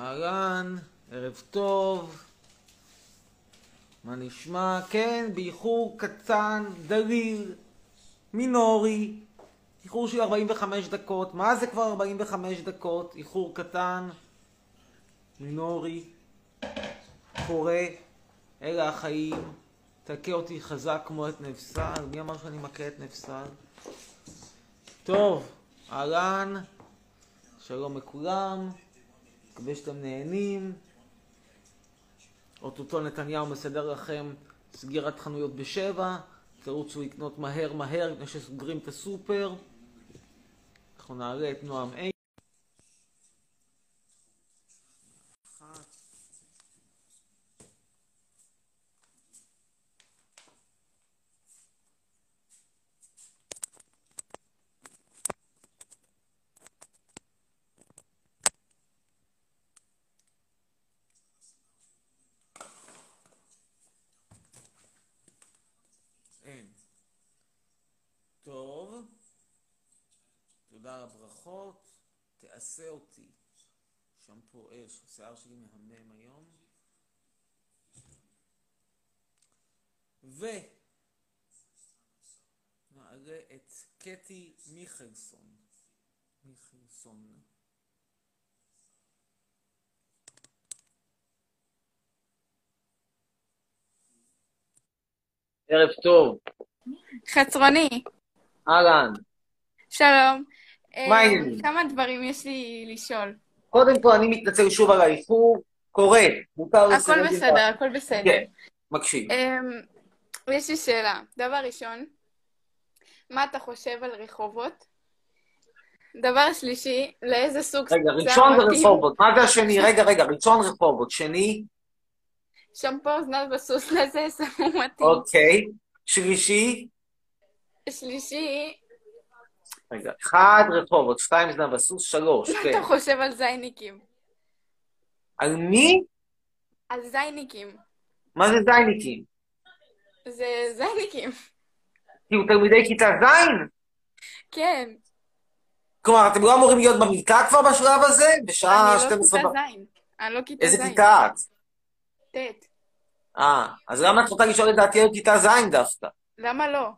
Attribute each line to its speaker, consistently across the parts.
Speaker 1: אהלן, ערב טוב. מה נשמע? כן, באיחור קטן, דליל, מינורי. איחור של 45 דקות. מה זה כבר 45 דקות? איחור קטן, מינורי, קורה. אלה החיים. תכה אותי חזק כמו את נפסל. מי אמר שאני מכה את נפסל? טוב, אהלן, שלום לכולם. מקווה שאתם נהנים. אוטוטו נתניהו מסדר לכם סגירת חנויות ב7. תרוצו לקנות מהר לפני שסוגרים את הסופר. אנחנו נעלה את נועם A. אין. טוב. תודה על הברכות. תעשה אותי. שמפו אש. השיער שלי מהמם היום. נעלה את קטי מיכלסון. ערב טוב.
Speaker 2: חצרוני,
Speaker 1: אהלן.
Speaker 2: שלום.
Speaker 1: מה העניינים?
Speaker 2: כמה דברים יש לי לשאול.
Speaker 1: קודם כל אני מתנצל שוב על האיחור. קורה. מותר
Speaker 2: הכל
Speaker 1: לסיים את זה.
Speaker 2: בסדר, הכל בסדר.
Speaker 1: כן, מקשיב.
Speaker 2: יש לי שאלה. דבר ראשון, מה אתה חושב על רחובות? דבר שלישי, לאיזה סוג
Speaker 1: רגע,
Speaker 2: שיער
Speaker 1: ראשון זה
Speaker 2: מתאים?
Speaker 1: רחובות. מה זה השני? רגע, ראשון רחובות. שני?
Speaker 2: שמפו אוזניים בסוס, לאיזה הוא מתאים?
Speaker 1: אוקיי. שלישי?
Speaker 2: שלישי,
Speaker 1: רגע, אחד רחובות, שתיים זנב הסוס, שלוש,
Speaker 2: מה
Speaker 1: כן.
Speaker 2: אתה חושב על זייניקים?
Speaker 1: על מי?
Speaker 2: על זייניקים.
Speaker 1: מה זה זייניקים?
Speaker 2: זה זייניקים.
Speaker 1: כאילו תלמידי כיתה ז'?
Speaker 2: כן.
Speaker 1: כלומר, אתם לא אמורים להיות במיטה כבר בשלב הזה? בשעה
Speaker 2: אני לא
Speaker 1: 12
Speaker 2: כיתה זין. אני לא כיתה
Speaker 1: איזה
Speaker 2: זין.
Speaker 1: כיתה את?
Speaker 2: ט'.
Speaker 1: אז למה את רוצה לשאול את דעתי על כיתה ז' דווקא?
Speaker 2: למה לא?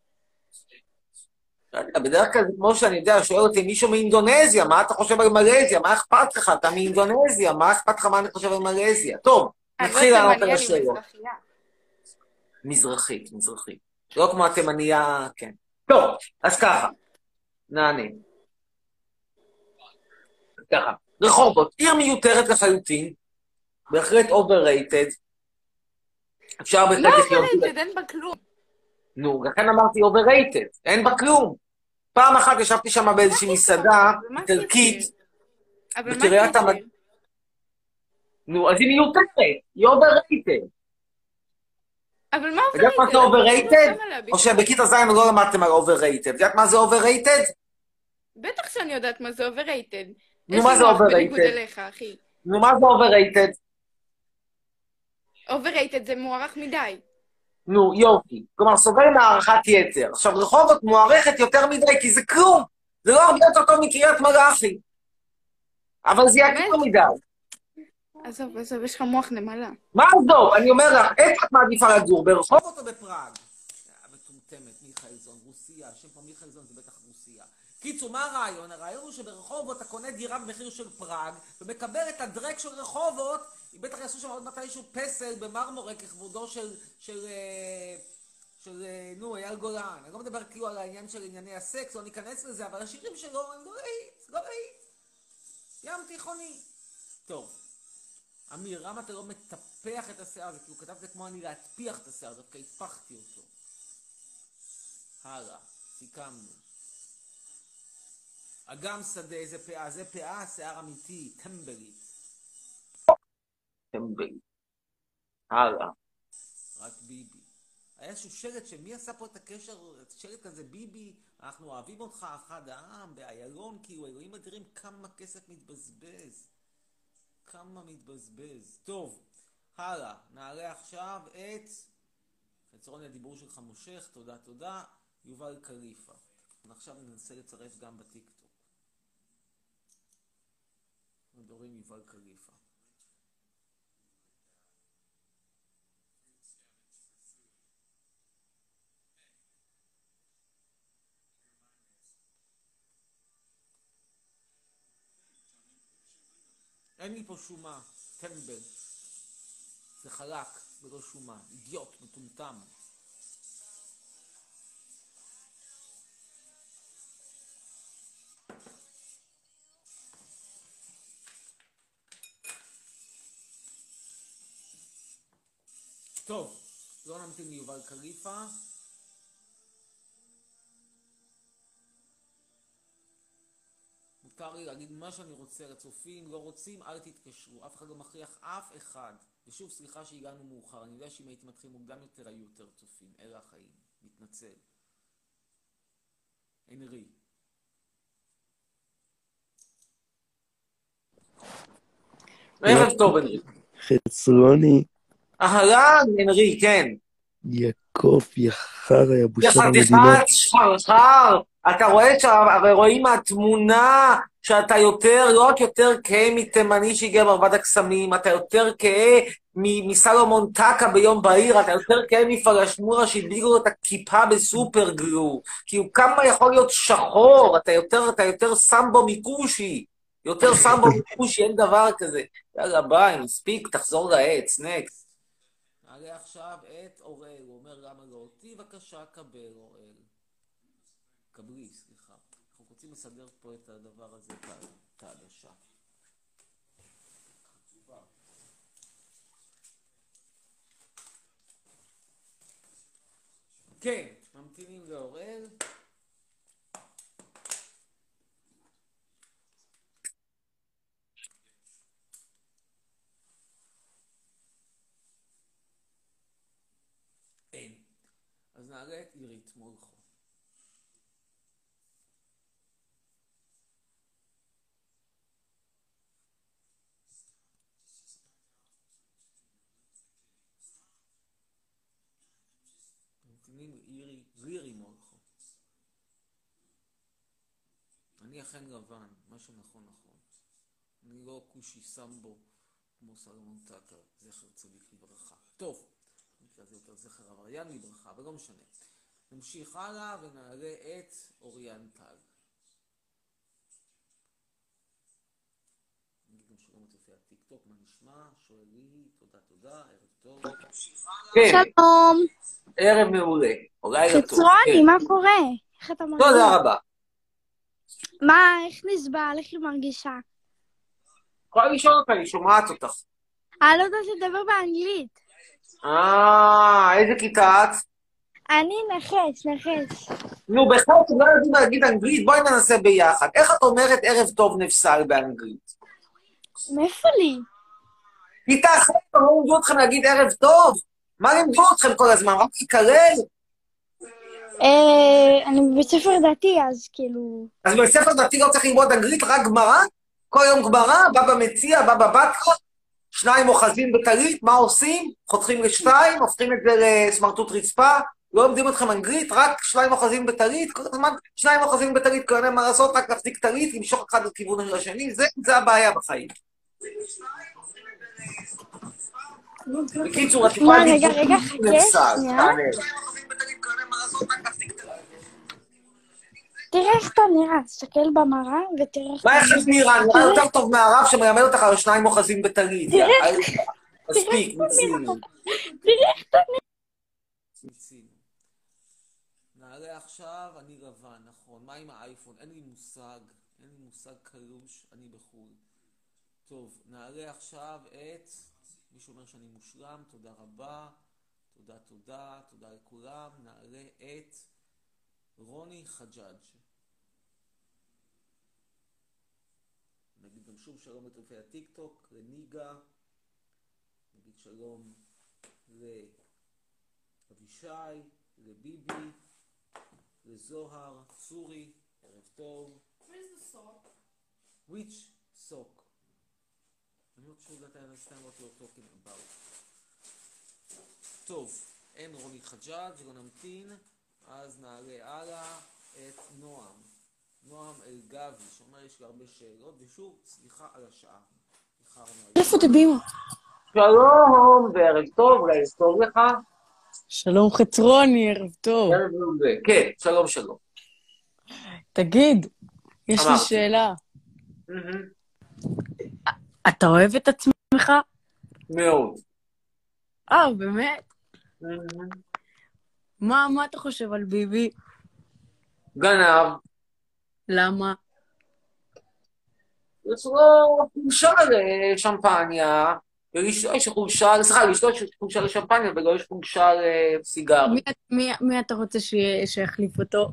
Speaker 1: לא יודע, בדרך כלל זה כמו שאני יודע, שואל אותי מישהו מאינדונזיה, מה אתה חושב על מלזיה? מה אכפת לך? אתה מאינדונזיה, מה אכפת לך מה אני חושב על מלזיה? טוב,
Speaker 2: אני לא
Speaker 1: נתחיל לענות על
Speaker 2: תימניה, אני
Speaker 1: השאלות.
Speaker 2: מזרחייה.
Speaker 1: מזרחית. לא כמו התימניה, כן. טוב, אז ככה, נענה. ככה, רחובות, עיר מיותרת לחלוטין, בהחלט overrated. אפשר
Speaker 2: לא
Speaker 1: בהחלט לחיות...
Speaker 2: overrated, אין בה כלום.
Speaker 1: נו, לכן אמרתי overrated, אין בה כלום. פעם אחת ישבתי שם באיזושהי מסעדה איטלקית,
Speaker 2: אבל מה
Speaker 1: בקריית
Speaker 2: הקשר?
Speaker 1: נו, אז היא מיותרת, היא overrated.
Speaker 2: אבל מה
Speaker 1: יודעת מה זה
Speaker 2: overrated?
Speaker 1: overrated? או שבכיתה ז' לא למדתם על overrated. יודעת מה זה overrated?
Speaker 2: בטח שאני יודעת מה זה overrated.
Speaker 1: נו,
Speaker 2: יש
Speaker 1: מה
Speaker 2: לי
Speaker 1: זה
Speaker 2: מוח בניגוד
Speaker 1: overrated?
Speaker 2: אליך, אחי.
Speaker 1: נו, מה זה overrated?
Speaker 2: overrated זה מוערך מדי.
Speaker 1: נו, יופי. כלומר, סובל מהערכת יתר. עכשיו, רחובות מוערכת יותר מדי, כי זה כלום. זה לא הרבה יותר טוב מקריית מלאכי. אבל זה
Speaker 2: באמת?
Speaker 1: יקר מדי.
Speaker 2: עזוב, יש לך מוח נמלה.
Speaker 1: מה עזוב? אני אומר לך, איפה את מעדיפה לגור? ברחובות או בפראג? מטומטמת, מיכאלזון, רוסיה. השם פה מיכאלזון זה בטח רוסיה. קיצור, מה הרעיון? הרעיון הוא שברחובות אתה קונה דירה במחיר של פראג, ומקבל את הדרק של רחובות, בטח יעשו שם עוד מתישהו פסל במרמורק לכבודו של אייל גולן. אני לא מדבר כאילו על העניין של ענייני הסקס, לא ניכנס לזה, אבל השירים שלו הם לא ראית. ים תיכוני. טוב. אמיר, למה אתה לא מטפח את השיער הזה? כי הוא כתב זה כמו אני להטפיח את השיער, דווקא התפחתי אותו. הלאה, סיכמנו. אגם שדה, איזה פאה? זה פאה, שיער אמיתי, טמבלית. טמבלית. הלאה. רק ביבי. היה איזשהו שלט שמי עשה פה את הקשר, שלט כזה ביבי, אנחנו אוהבים אותך, אחד העם, באיילון, כאילו, אלוהים אדירים, כמה כסף מתבזבז. כמה מתבזבז. טוב, הלאה. נעלה עכשיו את חצרון הדיבור שלך מושך, תודה. יובל קליפה. עכשיו ננסה לצרף גם בטיקטוק. מדברים יובל קליפה. אין לי פה שומה, טמבל. זה חלק, ולא שומה. אידיוט, מטומטם. טוב, לא נמתין ליובל קליפה. מותר לי להגיד מה שאני רוצה לצופים, לא רוצים, אל תתקשרו. אף אחד לא מכריח אף אחד. ושוב, סליחה שהגענו מאוחר. אני יודע שאם הייתי מתחיל מוקדם יותר, היו יותר צופים. אלה החיים. מתנצל. הנרי. ערב טוב, הנרי.
Speaker 3: חצרוני.
Speaker 1: אהלן, הנרי, כן.
Speaker 3: יעקב, יחר, היה בושה
Speaker 1: יחתיכת
Speaker 3: במדינה.
Speaker 1: שחרחר. אתה רואה הרי רואים מהתמונה שאתה יותר, לא רק יותר כהה מתימני שהגיע מרבד הקסמים, אתה יותר כהה מסלומון טקה ביום בהיר, אתה יותר כהה מפלשמורה שהדביקו לו את הכיפה בסופר גלו, כי הוא כמה יכול להיות שחור, אתה יותר סמבו מקושי, יותר סמבו מקושי, אין דבר כזה. יאללה ביי, מספיק, תחזור לעץ, נקסט. נעלה עכשיו את אוראל, הוא אומר למה לא אותי, בבקשה קבל אוראל. קבלי, סליחה. אנחנו רוצים לסדר פה את הדבר הזה, את העדשה. כן, ממתינים לאוראל. אין. אז נעלה את עירית מולכו. לירי מולכו. אני אכן לבן, מה שנכון נכון. אני לא כושי סמבו כמו סלומון טקה, זכר צדיק לברכה. טוב, במקרה זה יותר זכר עבריין לברכה, אבל לא משנה. נמשיך הלאה ונעלה את אוריאן טל. נגיד גם שלום את יפי הטיק טוק, מה נשמע? שואל לי, תודה, ערב טוב.
Speaker 2: שלום.
Speaker 1: ערב מעולה.
Speaker 2: חצרוני, מה קורה? איך אתה מרגיש?
Speaker 1: תודה רבה.
Speaker 2: מה, איך נסבל? איך היא מרגישה?
Speaker 1: יכולה לשאול אותה, אני שומעת אותך.
Speaker 2: אני לא יודעת לדבר באנגלית.
Speaker 1: איזה כיתה את?
Speaker 2: אני נחש.
Speaker 1: נו, בכלל, אתם לא יודעים להגיד אנגלית, בואי ננסה ביחד. איך את אומרת ערב טוב נפסל באנגלית?
Speaker 2: מאיפה לי?
Speaker 1: כיתה אחרת, לא לימדו אתכם להגיד ערב טוב? מה לימדו אתכם כל הזמן? רק לקרל?
Speaker 2: אני בבית ספר דתי, אז כאילו...
Speaker 1: אז בבית ספר דתי לא צריך ללמוד אנגלית, רק גמרא? כל יום גמרא, בבא מציע, בבא בתרא, שניים אוחזים בטלית, מה עושים? חותכים לשתיים, הופכים את זה לסמרטוט רצפה, לא לומדים אתכם אנגלית, רק שניים אוחזים בטלית, כל הזמן שניים אוחזים בטלית, כל הזמן מה לעשות, רק להחזיק טלית, למשוך אחד לכיוון השני, זה הבעיה בחיים. בקיצור, את יכולה להגיד...
Speaker 2: רגע, חכה, שנייה. תראה איך אתה נראה, תסתכל במראה ותראה איך...
Speaker 1: מה איך את נראה? נראה יותר טוב מהרב שמלמד אותך על שניים אוחזים בטלית. מספיק, מיצינו.
Speaker 2: תראה איך אתה נראה.
Speaker 1: מיצינו. נעלה עכשיו, אני לבן, נכון. מה עם האייפון? אין לי מושג קלוש, אני בחול. טוב, נעלה עכשיו את... מישהו אומר שאני מושלם, תודה רבה. תודה לכולם. נעלה את רוני חג'אג'. נגיד גם שוב שלום לטרפי הטיק טוק, לניגה, נגיד שלום לאבישי, לביבי, לזוהר, צורי, ערב טוב.
Speaker 4: Where's the sock?
Speaker 1: Which sock? I'm not sure that I understand what you're talking about. טוב, אין רוני חג'אג' ולא נמתין, אז נעלה הלאה את נועם אלגבי, שאומר יש לי הרבה שאלות, ושוב, סליחה על השעה.
Speaker 4: איפה תביאו?
Speaker 1: שלום, וערב טוב, אולי טוב לך?
Speaker 4: שלום חצרוני, ערב טוב.
Speaker 1: ערב מעולה, כן, שלום.
Speaker 4: תגיד, יש לי שאלה. אתה אוהב את עצמך?
Speaker 1: מאוד.
Speaker 4: באמת? מה אתה חושב על ביבי?
Speaker 1: גנב.
Speaker 4: למה?
Speaker 1: יש לו חולשה לשמפניה, ולאשתו יש חולשה, סליחה, לאשתו יש חולשה לשמפניה, ולא יש חולשה לסיגר.
Speaker 4: מי אתה רוצה שיחליף אותו?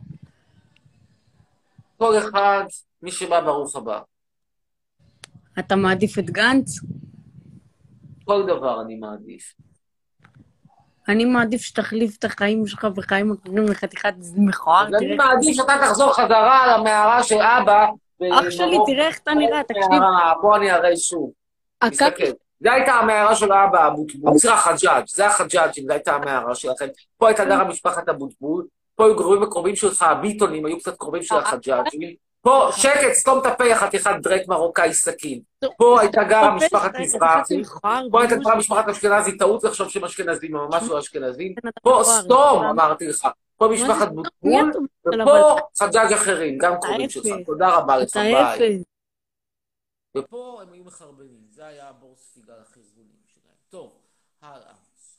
Speaker 1: כל אחד, מי שבא ברוך הבא.
Speaker 4: אתה מעדיף את גנץ?
Speaker 1: כל דבר אני מעדיף.
Speaker 4: אני מעדיף שתחליף את החיים שלך בחיים אחרים לחתיכת מכוער.
Speaker 1: אז אני מעדיף שאתה תחזור חזרה למערה של אבא.
Speaker 4: אח שלי, תראה איך אתה נראה, תקשיב.
Speaker 1: בוא אני אראה שוב. תסתכל. זה הייתה המערה של אבא אבוטבול. זה החג'אג', זה החג'אג'ים, זה הייתה המערה שלכם. פה הייתה גרה משפחת אבוטבול. פה היו גרובים וקרובים שלך, הביטונים היו קצת קרובים של החג'אג'ים. פה, שקט, סתום את הפה, חתיכת דרק מרוקאי סכין. פה הייתה גרה משפחת מזרחי. פה הייתה גרה משפחת אשכנזי, טעות לחשוב שהם אשכנזים, הם ממש לא אשכנזים. פה סתום, אמרתי לך. פה משפחת בוטבול, ופה חג'אג' אחרים, גם קרובים שלך. תודה רבה לך, ביי. ופה הם היו מחרבנים, זה היה הבור ספיגה לחרבונים שלהם. טוב, הלאה.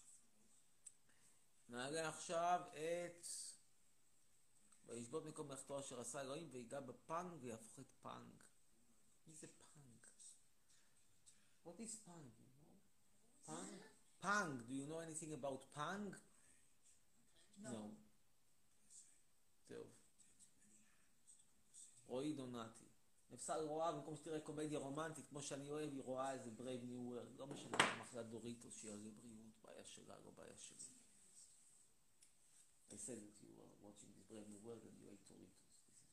Speaker 1: נעלה עכשיו את... וישבות מקום מלאכתו אשר עשה אלוהים ויגע בפנג ויהפוך את פנג. מי זה פנג? What is pang? Pang? Pang. Do you know anything about pang? No. טוב. רועי דונתי. נפסל רואה במקום שתראה קומדיה רומנטית כמו שאני אוהב, היא רואה איזה Brave New World. לא משנה כמה מחלת דוריטוס שיהיה לבריאות, בעיה שלה, לא בעיה שלי. I said that you were watching this Brave New World and you ate Doritos.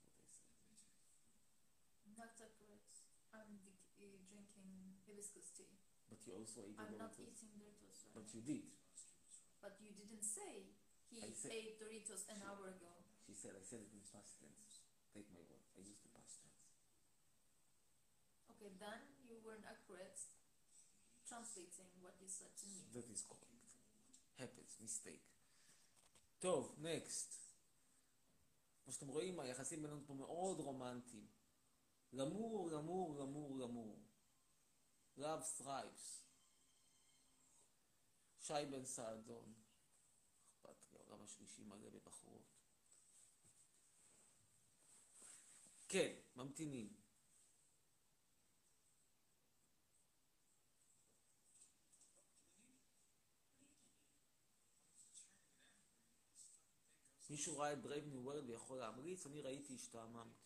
Speaker 5: Not accurate. I'm drinking hibiscus tea.
Speaker 1: But you also ate
Speaker 5: I'm not
Speaker 1: Doritos.
Speaker 5: eating Doritos. Right?
Speaker 1: But you did.
Speaker 5: But you didn't say he ate Doritos an hour ago.
Speaker 1: She said, I said it in past tense. Take my word. I used the past tense.
Speaker 5: Okay, then you weren't accurate translating what you said to me.
Speaker 1: That is correct. Happens, mistake. טוב, next. כמו שאתם רואים, היחסים בינינו פה מאוד רומנטיים. גמור, גמור, גמור, גמור. Love thrives. שי בן סעדון. אכפת לי, העולם השלישי מלא בבחורות. כן, ממתינים. מישהו ראה את Brave New World ויכול להמליץ? אני ראיתי, השתעממתי.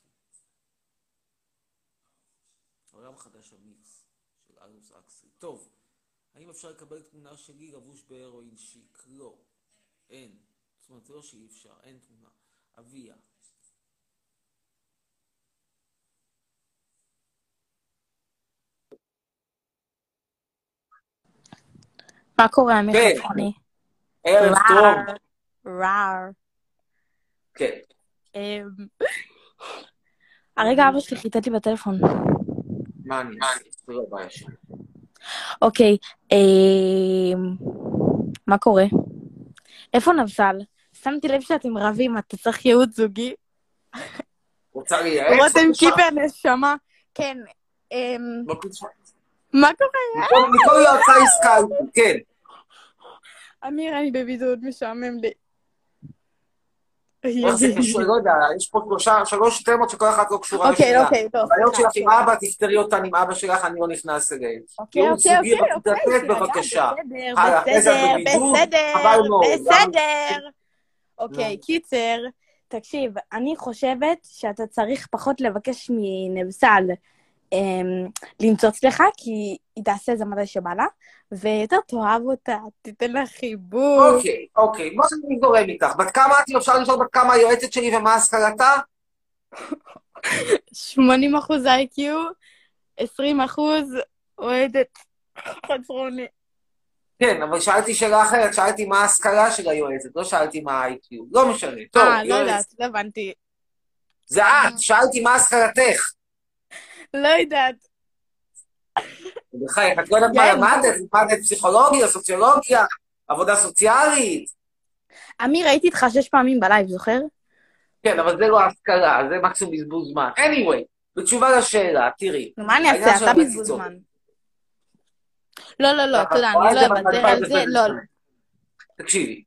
Speaker 1: העולם חדש המיקס של אלוס אקסלי. טוב, האם אפשר לקבל תמונה שלי לבוש בהרואין שיק? לא. אין. זאת אומרת, זה לא שאי אפשר, אין תמונה. אביה.
Speaker 6: מה קורה, המיקרופוני?
Speaker 1: ערב טוב.
Speaker 6: רער.
Speaker 1: כן.
Speaker 6: הרגע אבא שלי חיטט לי בטלפון.
Speaker 1: מה אני אעשה? זה לא בעיה שלי.
Speaker 6: אוקיי, מה קורה? איפה נבסל? שמתי לב שאתם רבים, אתה צריך ייעוץ זוגי.
Speaker 1: רוצה לייעץ?
Speaker 6: רותם קיפר נשמה. כן.
Speaker 1: לא פתחה.
Speaker 6: מה קורה?
Speaker 1: מכל יועצה הסכלתי, כן.
Speaker 6: אמיר, אני בבידוד, משעמם לי.
Speaker 1: איך זה קשור? לא יודע, יש פה שלוש תמות שכל אחת לא קשורה לשנייה.
Speaker 6: אוקיי, טוב.
Speaker 1: הבעיות שלך עם אבא, תפתרי אותן עם אבא שלך, אני לא נכנס אליהם. ייעוץ זוגי, תתת בבקשה.
Speaker 6: בסדר. אוקיי, קיצר, תקשיב, אני חושבת שאתה צריך פחות לבקש מנבסל למצוץ לך, כי היא תעשה איזה מדי שבא לה, ויותר תאהב אותה, תיתן לה חיבוק.
Speaker 1: אוקיי, בוא שאני גורם איתך. בת כמה את? אפשר לשאול בת כמה היועצת שלי ומה השכלתה?
Speaker 6: 80% IQ, 20% אוהדת חצרוני.
Speaker 1: כן, אבל שאלתי שאלה אחרת, שאלתי מה ההשכלה של היועצת, לא שאלתי מה ה-IQ. לא משנה. טוב,
Speaker 6: לא יודעת, לא הבנתי.
Speaker 1: זה את, שאלתי מה השכלתך.
Speaker 6: לא יודעת.
Speaker 1: בחייך, את לא יודעת מה למדת פסיכולוגיה, סוציולוגיה, עבודה סוציאלית.
Speaker 6: אמיר, ראיתי איתך 6 פעמים בלייב, זוכר?
Speaker 1: כן, אבל זה לא ההשכלה, זה מקסימום בזבוז זמן. anyway, בתשובה לשאלה, תראי.
Speaker 6: מה אני אעשה? אתה בזבוז זמן. לא, לא, לא, תודה, אני לא אוותר על זה, לא.
Speaker 1: תקשיבי.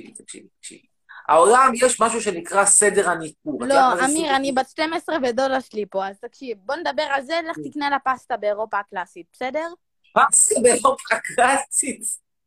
Speaker 1: העולם יש משהו שנקרא סדר הניכור.
Speaker 6: לא, אמיר, אני בת 12 ודודה שלי פה, אז תקשיב, בוא נדבר על זה, לך תקנה לה פסטה באירופה הקלאסית, בסדר?
Speaker 1: פסטה באירופה הקלאסית.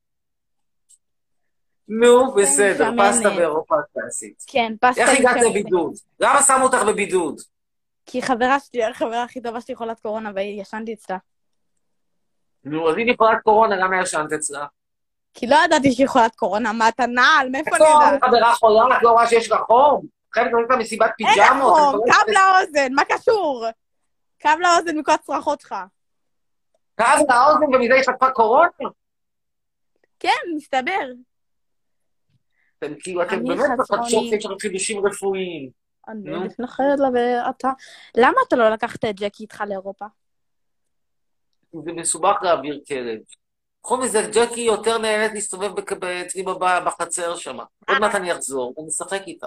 Speaker 1: נו, בסדר, פסטה באירופה הקלאסית.
Speaker 6: כן, פסטה
Speaker 1: איך הגעת לבידוד? למה שמו אותך בבידוד?
Speaker 6: כי החברה הכי טובה שלי חולת קורונה וישנתי אצלה.
Speaker 1: נו, אז אם היא חולת קורונה, למה ישנת אצלה?
Speaker 6: כי לא ידעתי שהיא חולת קורונה, מה אתה נעל? מאיפה אני
Speaker 1: איפה
Speaker 6: יודעת?
Speaker 1: חברה חולה? את לא רואה שיש לך חום? חייבת ללכת למסיבת
Speaker 6: אין לך
Speaker 1: פיג'מות?
Speaker 6: חום, קו לאוזן, מה קשור? קו לאוזן מכל הצרחות שלך.
Speaker 1: כאב לאוזן ומזה יש לך כבר קורונה?
Speaker 6: כן, מסתבר.
Speaker 1: אתם כאילו, אתם
Speaker 6: אני
Speaker 1: באמת
Speaker 6: חצרוני.
Speaker 1: מחדשות שיש לכם חידושים רפואיים. נו.
Speaker 6: אני לפני חייבת לה ואתה... למה אתה לא לקחת את ג'קי איתך לאירופה?
Speaker 1: זה מסובך להעביר כלב. חוץ מזה, ג'קי יותר נהנית להסתובב אצלי בחצר שם. עוד מעט אני אחזור, אני אשחק איתה.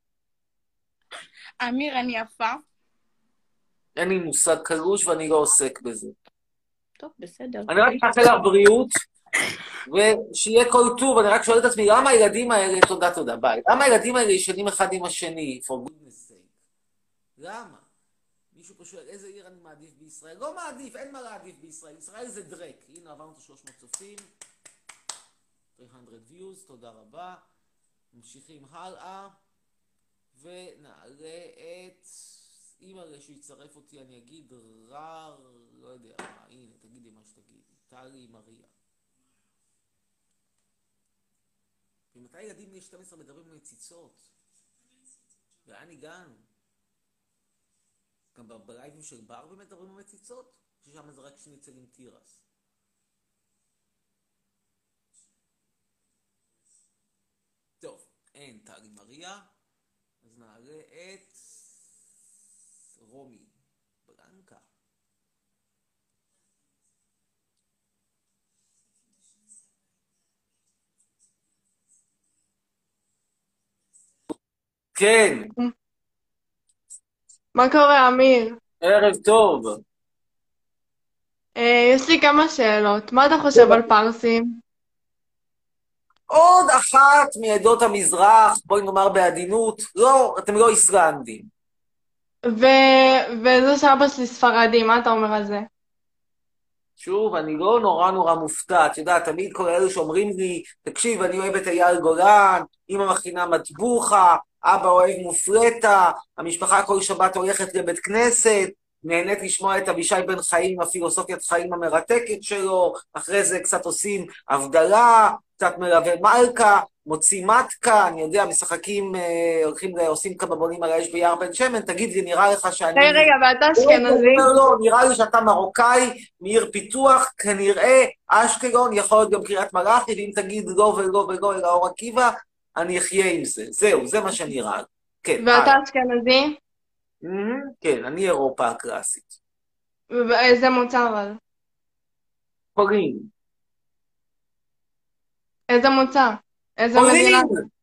Speaker 6: אמיר, אני יפה.
Speaker 1: אין לי מושג קלוש ואני לא עוסק בזה.
Speaker 6: טוב, בסדר.
Speaker 1: אני רק מאחל לך בריאות, ושיהיה כל טוב. אני רק שואל את עצמי, למה הילדים האלה, תודה, ביי. למה הילדים האלה ישנים אחד עם השני? For goodness sake. למה? מישהו פה שואל, איזה עיר אני מעדיף בישראל? לא מעדיף, אין מה להעדיף בישראל. ישראל זה דרק. הנה, עברנו את 300 צופים. 300 views, תודה רבה. ממשיכים הלאה. ונעלה את... אם הרי שהוא יצרף אותי, אני אגיד רר, לא יודע מה, הנה, תגידי מה שתגידי. טלי מריה. ומתי ילדים בני 12 מדברים עם מציצות? לאן הגענו? גם בלייבים של בר באמת מדברים עם מציצות? ששם זה רק שניצל עם תירס. טוב, אין טלי מריה, אז נעלה את רומי בלנקה. כן,
Speaker 7: מה קורה, אמיר?
Speaker 1: ערב טוב.
Speaker 7: יש לי כמה שאלות. מה אתה חושב על פרסים?
Speaker 1: עוד אחת מעדות המזרח, בואי נאמר בעדינות, לא, אתם לא איסלנדים.
Speaker 7: וזה שאבא שלי ספרדי, מה אתה אומר על זה?
Speaker 1: שוב, אני לא נורא מופתע, את יודעת, תמיד כל אלו שאומרים לי, תקשיב, אני אוהב את אייל גולן, אמא מכינה מטבוחה, אבא אוהב מופלטה, המשפחה כל שבת הולכת לבית כנסת, נהנית לשמוע את אבישי בן חיים, הפילוסופיית חיים המרתקת שלו, אחרי זה קצת עושים הבדלה, קצת מלווה מלכה, מוציא מתקה, אני יודע, משחקים, עושים כמה בונים על האש ביער בן שמן, תגיד לי, נראה לך שאני...
Speaker 7: רגע, ואתה אשכנזי?
Speaker 1: לא, נראה לי שאתה מרוקאי, מעיר פיתוח, כנראה אשקלון, יכול להיות גם קריית מלאכי, ואם תגיד לא ולא אלא אור עקיבא, אני אחיה עם זה. זהו, זה מה שנראה לי. כן,
Speaker 7: ואתה אשכנזי?
Speaker 1: כן, אני אירופה הקלאסית.
Speaker 7: ואיזה מוצא אבל?
Speaker 1: פולין.
Speaker 7: איזה מוצא? איזה מדינה?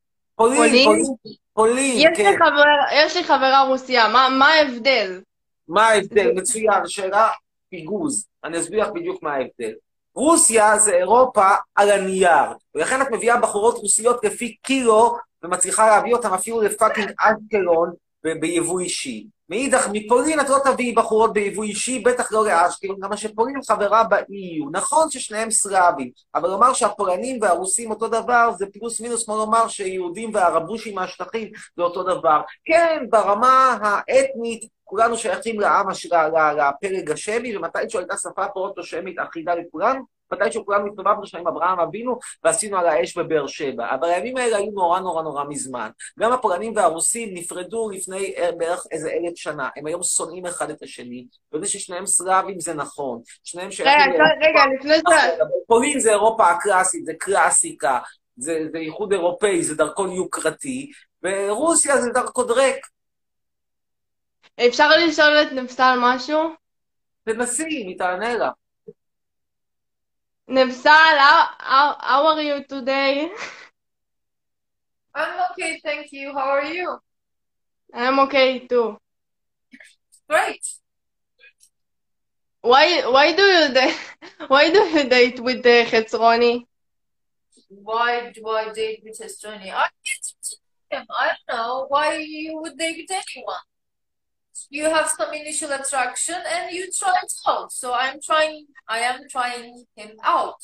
Speaker 1: פולין, כן.
Speaker 7: יש לי חברה רוסיה, מה ההבדל?
Speaker 1: מה ההבדל? מצוין, שאלה פיגוז. אני אסביר לך בדיוק מה ההבדל. רוסיה זה אירופה על הנייר, ולכן את מביאה בחורות רוסיות לפי קילו, ומצליחה להביא אותם אפילו לפאקינג אשקלון ביבוא אישי. מאידך, מפולין את לא תביאי בחורות ביבוא אישי, בטח לא לאשקלון, גם שפולין חברה ב-EU. נכון ששניהם סלאבים, אבל לומר שהפולנים והרוסים אותו דבר, זה פלוס מינוס כמו לומר שיהודים והרבושים מהשטחים זה אותו דבר. כן, ברמה האתנית, כולנו שייכים לעם, לפלג השמי, ומתישהו הייתה שפה פרוטו-שמית אחידה לכולנו, מתישהו כולנו התנובבנו שם עם אברהם אבינו, ועשינו על האש בבאר שבע. אבל הימים האלה היו נורא מזמן. גם הפולנים והרוסים נפרדו לפני בערך איזה 1,000 שנה. הם היום שונאים אחד את השני, וזה ששניהם סלאבים זה נכון. שניהם שייכים...
Speaker 7: רגע, לפני זה...
Speaker 1: פולין זה אירופה הקלאסית, זה קלאסיקה, זה איחוד אירופאי, זה דרכון יוקרתי, ורוסיה זה דרכון ריק.
Speaker 7: אפשר לשאול את נפסל משהו?
Speaker 1: תנסי, היא תענה לה.
Speaker 7: נפסל, how are you today?
Speaker 5: I'm okay, thank you. How are you?
Speaker 7: I'm okay too.
Speaker 5: Great.
Speaker 7: why do you date with חצרוני?
Speaker 5: Why do I date with Estonia? I date with him. I don't know why you would date with anyone. You have some initial attraction and you try it out. So I am trying him out.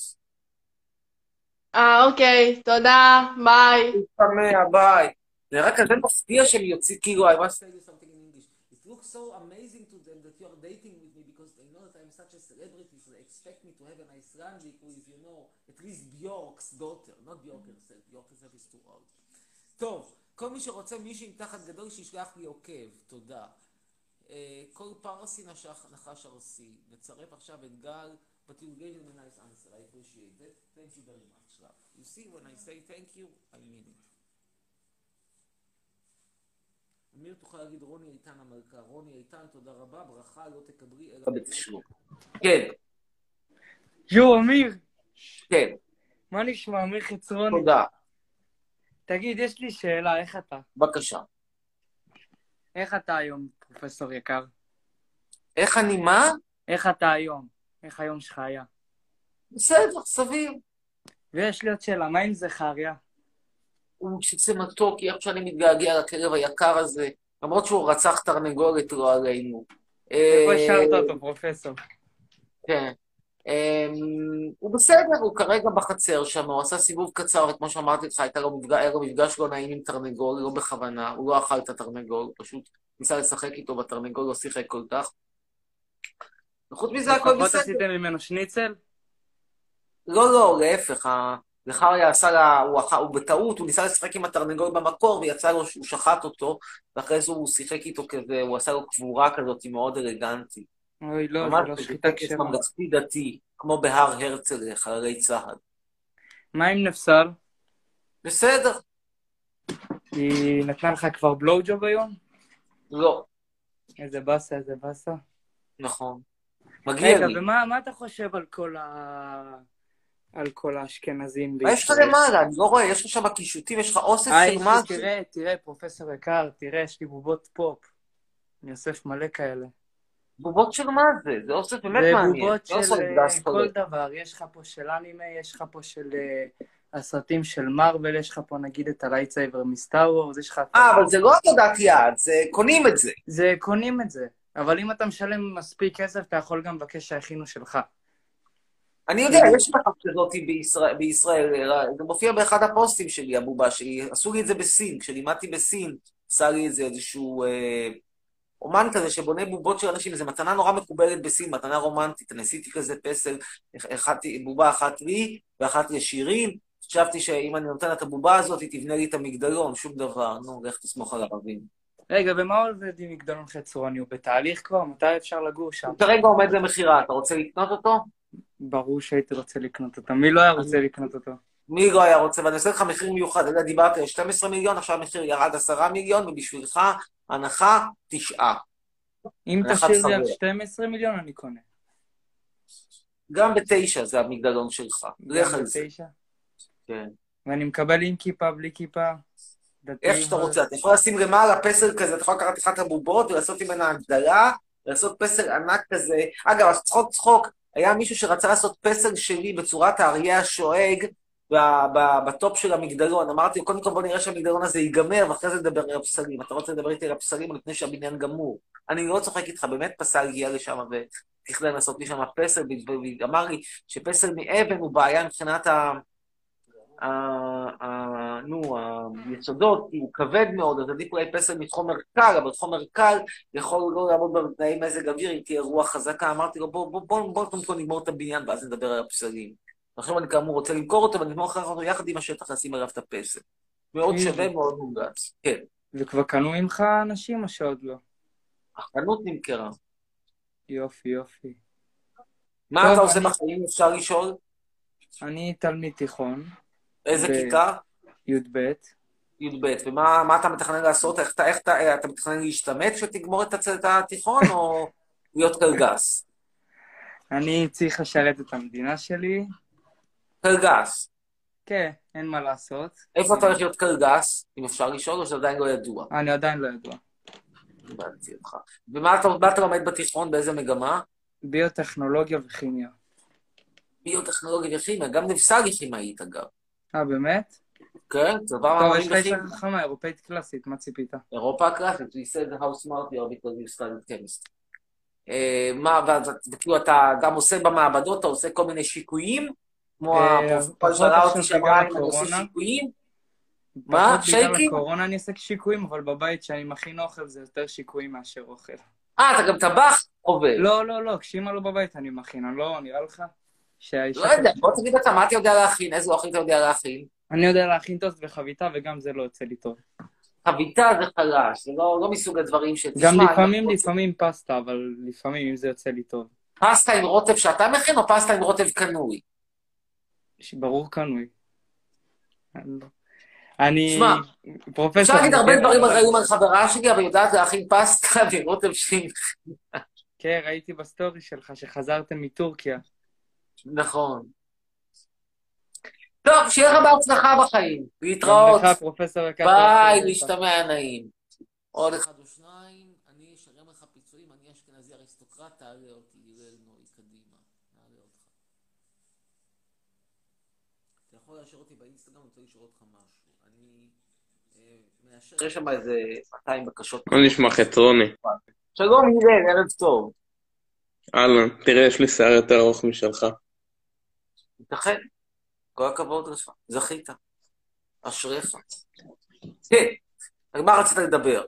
Speaker 7: אוקיי, תודה, ביי.
Speaker 1: שמח, ביי. זה רק כזה מפתיע שהם יוצאים, כאילו, I must tell you something in English. It looks so amazing to them that you're dating with me because they know that I'm such a celebrity, so they expect me to have an Icelandic with, you know, at least Björk's daughter, not Björk herself. Björk herself is too old. טוב, כל מי שרוצה מישהו עם תחת גדול שישלח לי עוקב, תודה. כל פרסי נחש ארסי, נצרף עכשיו את גל, but you gave him a nice answer, I appreciate that. Thank you very much, love. You see, when I say thank you, I mean it. אמיר, תוכל להגיד רוני איתן המלכה. רוני איתן, תודה רבה, ברכה לא תקברי אלא בתשלום. כן.
Speaker 8: יו, אמיר.
Speaker 1: כן.
Speaker 8: מה נשמע, אמיר חצרוני?
Speaker 1: תודה.
Speaker 8: תגיד, יש לי שאלה, איך אתה?
Speaker 1: בבקשה.
Speaker 8: איך אתה היום, פרופסור יקר?
Speaker 1: איך אני מה?
Speaker 8: איך אתה היום? איך היום שלך היה?
Speaker 1: בסדר, סביר.
Speaker 8: ויש לי עוד שאלה, מה עם זכריה?
Speaker 1: הוא שיצא מתוק, איך שאני מתגעגע לכלב היקר הזה, למרות שהוא רצח תרנגולת לא עלינו.
Speaker 8: איפה השארת אותו, פרופסור?
Speaker 1: כן. הוא בסדר, הוא כרגע בחצר שם, הוא עשה סיבוב קצר, כמו שאמרתי לך, היה לו מפגש לא נעים עם תרנגול, לא בכוונה, הוא לא אכל את התרנגול, פשוט ניסה לשחק איתו בתרנגול, לא שיחק כל כך. וחוץ מזה הכל בסדר.
Speaker 8: לפחות עשיתם ממנו שניצל?
Speaker 1: לא, להפך, זכריה עשה לה, הוא בטעות, הוא ניסה לשחק עם התרנגול במקור, ויצא לו שהוא שחט אותו, ואחרי זה הוא שיחק איתו כזה, הוא עשה לו קבורה כזאת, מאוד אלגנטית.
Speaker 8: אוי, לא, זה לא שחיטה כשרה.
Speaker 1: ממש ממלכתי דתי, כמו בהר הרצל לחללי צה"ל.
Speaker 8: מה עם נפסל?
Speaker 1: בסדר.
Speaker 8: היא נתנה לך כבר בלואו ג'וב היום?
Speaker 1: לא.
Speaker 8: איזה באסה, איזה באסה.
Speaker 1: נכון. מגיע לי.
Speaker 8: רגע, ומה אתה חושב על כל האשכנזים?
Speaker 1: מה יש לך למעלה? אני לא רואה, יש לך שם קישוטים, יש לך אוסף של משהו.
Speaker 8: תראה, פרופסור יקר, תראה, יש לי בובות פופ. אני אוסף מלא כאלה.
Speaker 1: בובות של מה זה? זה אוסף באמת מעניין.
Speaker 8: זה בובות של כל דבר. יש לך פה של אנימה, יש לך פה של הסרטים של מרוול, יש לך פה נגיד את הלייטסייבר מסטאר וורס, יש לך...
Speaker 1: אבל זה לא עבודת יד, זה קונים את זה.
Speaker 8: זה קונים את זה. אבל אם אתה משלם מספיק כסף, אתה יכול גם לבקש שהכינו שלך.
Speaker 1: אני יודע, יש לך כזאת בישראל, זה מופיע באחד הפוסטים שלי, הבובה שלי, עשו לי את זה בסין, כשלימדתי בסין, עשה לי את זה איזשהו אומן כזה שבונה בובות של אנשים, זו מתנה נורא מקובלת בסין, מתנה רומנטית, אני עשיתי כזה פסל, בובה אחת לי ואחת לשירין, חשבתי שאם אני נותן את הבובה הזאת, היא תבנה לי את המגדלון, שום דבר, נו, לך תסמוך על ערבים.
Speaker 8: רגע, ומה עובד עם מגדלון חצרוני? הוא בתהליך כבר? מתי אפשר לגור שם?
Speaker 1: הוא כרגע עומד למכירה, אתה רוצה לקנות אותו?
Speaker 8: ברור שהייתי רוצה לקנות אותו. מי לא היה רוצה לקנות אותו?
Speaker 1: מי לא היה רוצה? ואני עושה לך מחיר מיוחד. אתה דיברתי על 12 מיליון, עכשיו המחיר ירד 10 מיליון, ובשבילך הנחה 9.
Speaker 8: אם תשאיר לי על 12 מיליון, אני קונה.
Speaker 1: גם ב9 זה המגדלון שלך. לך על זה.
Speaker 8: ב9?
Speaker 1: כן.
Speaker 8: ואני מקבל עם כיפה, בלי כיפה.
Speaker 1: איך שאתה רוצה. אתה יכול לשים למעלה פסל כזה, אתה יכול לקחת לך את הבובות ולעשות ממנה הגדלה, ולעשות פסל ענק כזה. אגב, צחוק, היה מישהו שרצה לעשות פסל שלי בצורת האריה השואג בטופ של המגדלון. אמרתי, קודם כל בוא נראה שהמגדלון הזה ייגמר, ואחרי זה נדבר על הפסלים. אתה רוצה לדבר איתי על הפסלים או לפני שהבניין גמור? אני לא צוחק איתך, באמת פסל הגיע לשם ותכנן לעשות לי שם פסל, ואמר לי שפסל מאבן הוא בעיה מבחינת היסודות, כי הוא כבד מאוד, אז עדיף אולי פסל מחומר קל, אבל חומר קל יכול לא לעמוד בתנאי מזג אוויר אם תהיה רוח חזקה. אמרתי לו, בוא נגמור את הבניין ואז נדבר על הפסלים. עכשיו אני כאמור רוצה למכור אותו, ואני אגמור אחר אותו יחד עם השטח לשים עליו את הפסל. מאוד שווה, מאוד מוגץ. כן.
Speaker 8: וכבר קנו ממך אנשים או שעוד לא?
Speaker 1: החנות נמכרה.
Speaker 8: יופי, יופי.
Speaker 1: מה אתה עושה בחיים, אפשר לשאול?
Speaker 8: אני תלמיד תיכון.
Speaker 1: איזה כיתה?
Speaker 8: י"ב.
Speaker 1: י"ב, ומה אתה מתכנן לעשות? איך אתה מתכנן להשתמט שתגמור את התיכון, או להיות קלגס?
Speaker 8: אני צריך לשרת את המדינה שלי.
Speaker 1: קלגס?
Speaker 8: כן, אין מה לעשות.
Speaker 1: איפה אתה הולך להיות קלגס, אם אפשר לשאול, או שזה עדיין לא ידוע?
Speaker 8: אני עדיין לא ידוע.
Speaker 1: הבנתי אותך. ומה אתה לומד בתיכון, באיזה מגמה?
Speaker 8: ביוטכנולוגיה וכימיה.
Speaker 1: ביוטכנולוגיה וכימיה, גם נבסל היא כימאית אגב.
Speaker 8: באמת?
Speaker 1: כן, צבא
Speaker 8: טוב,
Speaker 1: מאמרים
Speaker 8: יש לך אישה
Speaker 1: בכימיה.
Speaker 8: חכמה, אירופאית קלאסית, מה ציפית?
Speaker 1: אירופה הקלאסית, he said how smart you are because you studied chemistry. וכאילו אתה גם עושה במעבדות, אתה עושה כל מיני שיקויים, כמו הפרופסור
Speaker 8: פחות
Speaker 1: שאלה
Speaker 8: עכשיו
Speaker 1: אותי שאמרה
Speaker 8: בגלל
Speaker 1: אם אני עושה
Speaker 8: הקורונה.
Speaker 1: שיקויים. מה?
Speaker 8: פחות בגלל
Speaker 1: שייקים?
Speaker 8: הקורונה אני עושה שיקויים, אבל בבית שאני מכין אוכל זה יותר שיקויים מאשר אוכל.
Speaker 1: אתה גם טבח עובד.
Speaker 8: לא, כשאמא לא בבית אני מכין, אני לא, נראה לך?
Speaker 1: לא יודע, בוא תגיד אתה, מה אתה יודע להכין? איזה אוכל אתה יודע להכין?
Speaker 8: אני יודע להכין טוסט וחביתה, וגם זה לא יוצא לי טוב.
Speaker 1: חביתה זה חלש, זה לא מסוג הדברים
Speaker 8: גם לפעמים פסטה, אבל לפעמים אם זה יוצא לי טוב.
Speaker 1: פסטה עם רוטב שאתה מכין, או פסטה עם רוטב קנוי?
Speaker 8: ברור קנוי. אני...
Speaker 1: שמע,
Speaker 8: פרופסור...
Speaker 1: אפשר להגיד הרבה דברים רעים על חברה שלי, אבל יודעת להכין פסטה עם רוטב שלי.
Speaker 8: כן, ראיתי בסטורי שלך שחזרתם מטורקיה.
Speaker 1: נכון. טוב, שיהיה לך בהצלחה בחיים. להתראות.
Speaker 8: גם לך, פרופסור יקר.
Speaker 1: ביי, להשתמע נעים. עוד אחד או שניים, אני אשלם לך פיצויים, אני אשכנזי אריסטוקרט, תעלה אותי, הלל נוי, קדימה. נעלה אותך. אתה יכול להשאיר אותי באינסטגרם, אני רוצה לשאול אותך משהו. אני מאשר, יש שם איזה 200 בקשות.
Speaker 9: מה נשמע חצרוני?
Speaker 1: שלום הלל, ערב טוב.
Speaker 9: אהלן, תראה, יש לי שיער יותר ארוך משלך.
Speaker 1: ייתכן. כל הכבוד לך, זכית. אשריך. כן, מה רצית לדבר?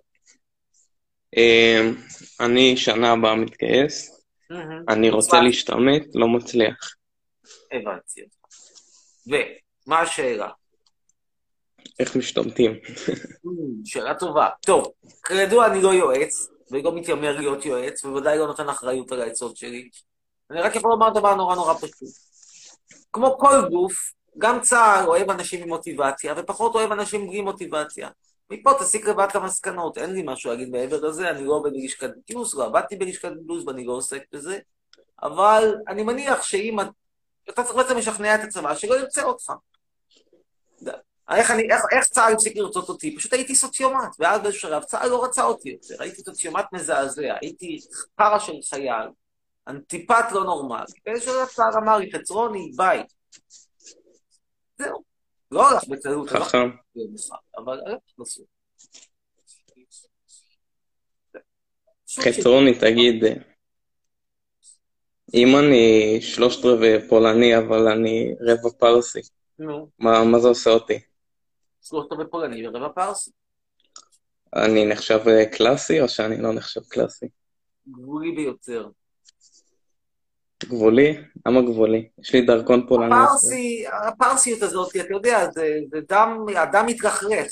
Speaker 9: אני שנה הבאה מתגייס, אני רוצה להשתמט, לא מצליח.
Speaker 1: הבנתי. ומה השאלה?
Speaker 9: איך משתמטים?
Speaker 1: שאלה טובה. טוב, כידוע אני לא יועץ, ולא מתיימר להיות יועץ, ובוודאי לא נותן אחריות על העצות שלי. אני רק יכול לומר דבר נורא פשוט. כמו כל גוף, גם צה"ל אוהב אנשים עם מוטיבציה, ופחות אוהב אנשים בלי מוטיבציה. מפה תסיק לבד למסקנות, אין לי משהו להגיד מעבר לזה, אני לא עובד בלשכת גיוס, לא עבדתי בלשכת גיוס ואני לא עוסק בזה, אבל אני מניח שאם אתה צריך בעצם לשכנע את הצבא שלא ירצה אותך. איך צה"ל הפסיק לרצות אותי? פשוט הייתי סוציומט, ואז באיזשהו שלב צה"ל לא רצה אותי יותר, הייתי סוציומט מזעזע, הייתי חרא של חייל, אנטיפט לא נורמלי, באיזשהו שלב צה"ל אמר לי, חצרוני, ביי. זהו. לא הלך בקלות,
Speaker 9: חכם.
Speaker 1: אבל הלך בסוף.
Speaker 9: חצרוני, תגיד, אם אני 3/4 פולני, אבל אני רבע פרסי, מה זה עושה אותי?
Speaker 1: 3/4 פולני ורבע פרסי.
Speaker 9: אני נחשב קלאסי, או שאני לא נחשב קלאסי?
Speaker 1: גבולי ביותר.
Speaker 9: גבולי? למה גבולי? יש לי דרכון פולני.
Speaker 1: הפרסיות הזאת, אתה יודע, זה אדם מתרחרף.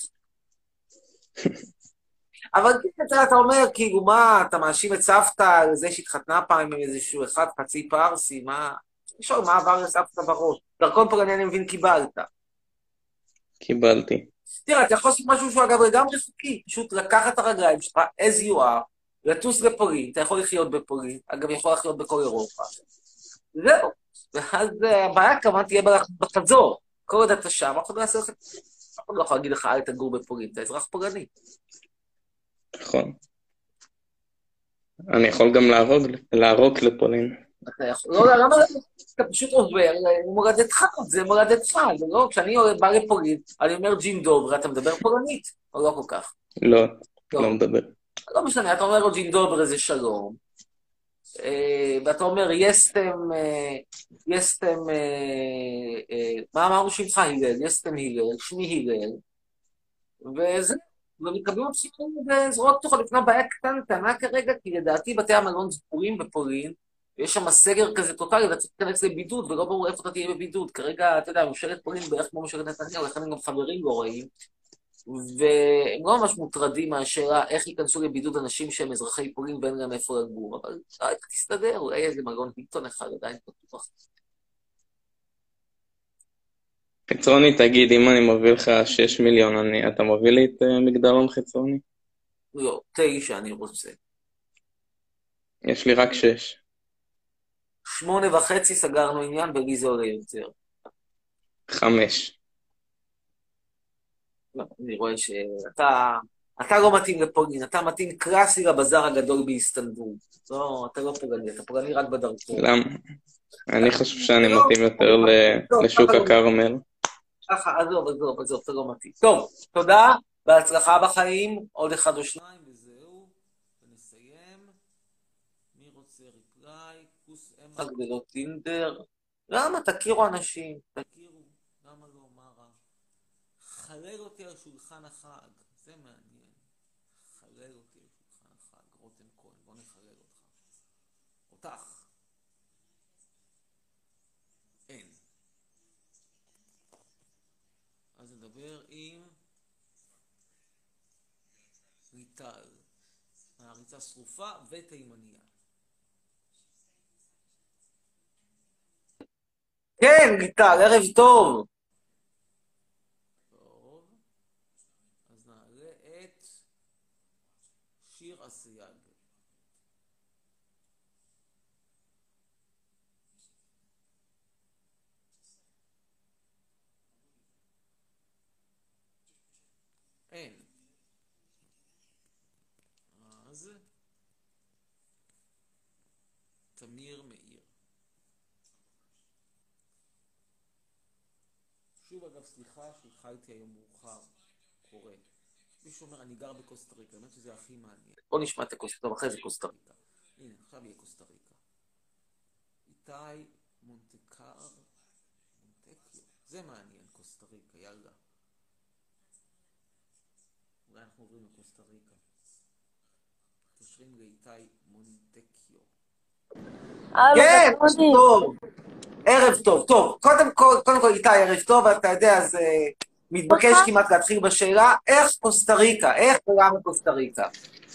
Speaker 1: אבל אתה אומר, כאילו, מה, אתה מאשים את סבתא על זה שהתחתנה פעם עם איזשהו אחד חצי פרסי, מה? לשאול, מה עבר לסבתא בראש? דרכון פולני אני מבין, קיבלת.
Speaker 9: קיבלתי.
Speaker 1: תראה, אתה יכול לעשות משהו שהוא אגב לגמרי חוקי, פשוט לקחת את הרגליים שלך, as you are, לטוס לפולין, אתה יכול לחיות בפולין, אגב יכול לחיות בכל אירופה. זהו, ואז הבעיה כמובן תהיה בחזור, כל עוד אתה שם, אף אחד לא יכול להגיד לך, אל תגור בפולין, אתה אזרח פולני.
Speaker 9: נכון. אני יכול גם לערוק לפולין.
Speaker 1: אתה יכול, לא, למה אתה פשוט עובר למולדתך, זה מולדתך, זה לא, כשאני בא לפולין, אני אומר ג'ין דובר, אתה מדבר פולנית, או לא כל כך?
Speaker 9: לא מדבר.
Speaker 1: לא משנה, אתה אומר לו ג'ין דובר זה שלום, ואתה אומר יסטם, מה אמרנו שמך הלל? יסטם הלל, שמי הלל, וזה, ומקבלים אותך בזרועות פתוחות לפני בעיה קטנה כרגע, כי לדעתי בתי המלון סגורים בפולין, ויש שם סגר כזה טוטלי, ואתה צריך להיכנס לבידוד, ולא ברור איפה אתה תהיה בבידוד. כרגע, אתה יודע, ממשלת פולין בערך כמו ממשלת נתניהו, לכן הם גם חברים לא רעים, והם לא ממש מוטרדים מהשאלה איך ייכנסו לבידוד אנשים שהם אזרחי פולין ואין להם איפה לגור, אבל תסתדר, אולי איזה מלון הילטון אחד עדיין פתוח.
Speaker 9: חצרוני, תגיד, אם אני מביא לך 6 מיליון, אתה מביא לי את מגדלון חצרוני?
Speaker 1: לא, 9 אני רוצה.
Speaker 9: יש לי רק 6.
Speaker 1: 8.5 סגרנו עניין, ולי זה עולה יותר.
Speaker 9: 5.
Speaker 1: לא, אני רואה שאתה אתה לא מתאים לפולין, אתה מתאים קלאסי לבזאר הגדול באיסטנבול. לא, אתה לא פולני, אתה פולני רק בדרכון.
Speaker 9: למה? אני חושב שאני מתאים יותר לשוק הכרמל.
Speaker 1: ככה, עזוב, אתה לא מתאים. טוב, תודה, בהצלחה בחיים, עוד אחד או שניים, וזהו, ונסיים. מי רוצה ריפליי? כוס אמא גדלות טינדר. למה? תכירו אנשים, תכירו. למה לא, מה רע? חלל אותי על שולחן החג, זה מעניין. חלל אותי על שולחן החג, רותם כהן, בוא נחלל אותך. אותך. אין. אז נדבר עם ריטל, העריצה שרופה ותימניה. כן, ריטל, ערב טוב. טוב, אז נעלה את שיר אסייג. אין. אז תמיר מאיר. שוב אגב, סליחה שהתחלתי היום מאוחר, קורה. מישהו אומר, אני גר בקוסטה ריקה, באמת שזה הכי מעניין. בוא נשמע את הקוסטה, טוב, אחרי זה קוסטה ריקה. הנה, עכשיו יהיה קוסטה ריקה. איתי מונטקיו, זה מעניין, קוסטה ריקה, יאללה. אולי אנחנו עוברים לקוסטה ריקה. מתקשרים לאיתי מונטקיו. כן, טוב. ערב טוב, טוב. קודם כל איתי, ערב טוב, אתה יודע, אז מתבקש כמעט להתחיל בשאלה, איך קוסטה ריקה? איך ולמה קוסטה ריקה?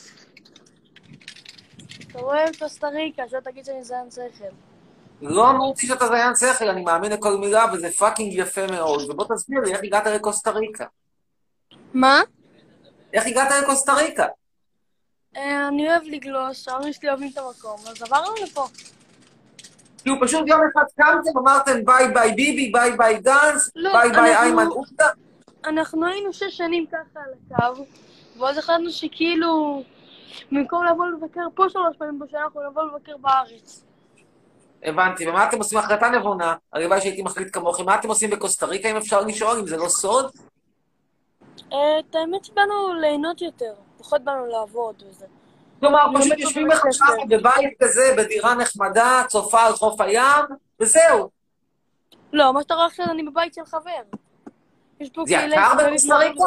Speaker 6: אתה רואה קוסטה ריקה, שלא תגיד שאני זיין שכל.
Speaker 1: לא אמרתי שאתה זיין שכל, אני מאמין לכל מילה, וזה פאקינג יפה מאוד. ובוא תסביר לי, איך הגעת לקוסטה ריקה?
Speaker 6: מה?
Speaker 1: איך הגעת לקוסטה ריקה?
Speaker 6: אני אוהב לגלוש, ההורים שלי אוהבים את המקום, אז עברנו לפה.
Speaker 1: כי הוא פשוט יום אחד קמתם, אמרתם ביי ביי ביבי, ביי ביי גנץ, ביי ביי איימן עודה.
Speaker 6: אנחנו היינו 6 שנים ככה על הקו, ואז החלטנו שכאילו, במקום לבוא לבקר פה 3 פעמים בשנה, אנחנו לבוא לבקר בארץ.
Speaker 1: הבנתי, ומה אתם עושים? החלטה נבונה, הלוואי שהייתי מחליט כמוכם, מה אתם עושים בקוסטה ריקה, אם אפשר לשאול, אם זה לא סוד?
Speaker 6: את האמת שבאנו ליהנות יותר, פחות באנו לעבוד וזה.
Speaker 1: כלומר, פשוט יושבים עכשיו בבית כזה, בדירה נחמדה, צופה על חוף הים, וזהו.
Speaker 6: לא, מה שאתה רואה עכשיו, אני בבית של חבר. יש פה
Speaker 1: זה יקר בקוסטה ריקה?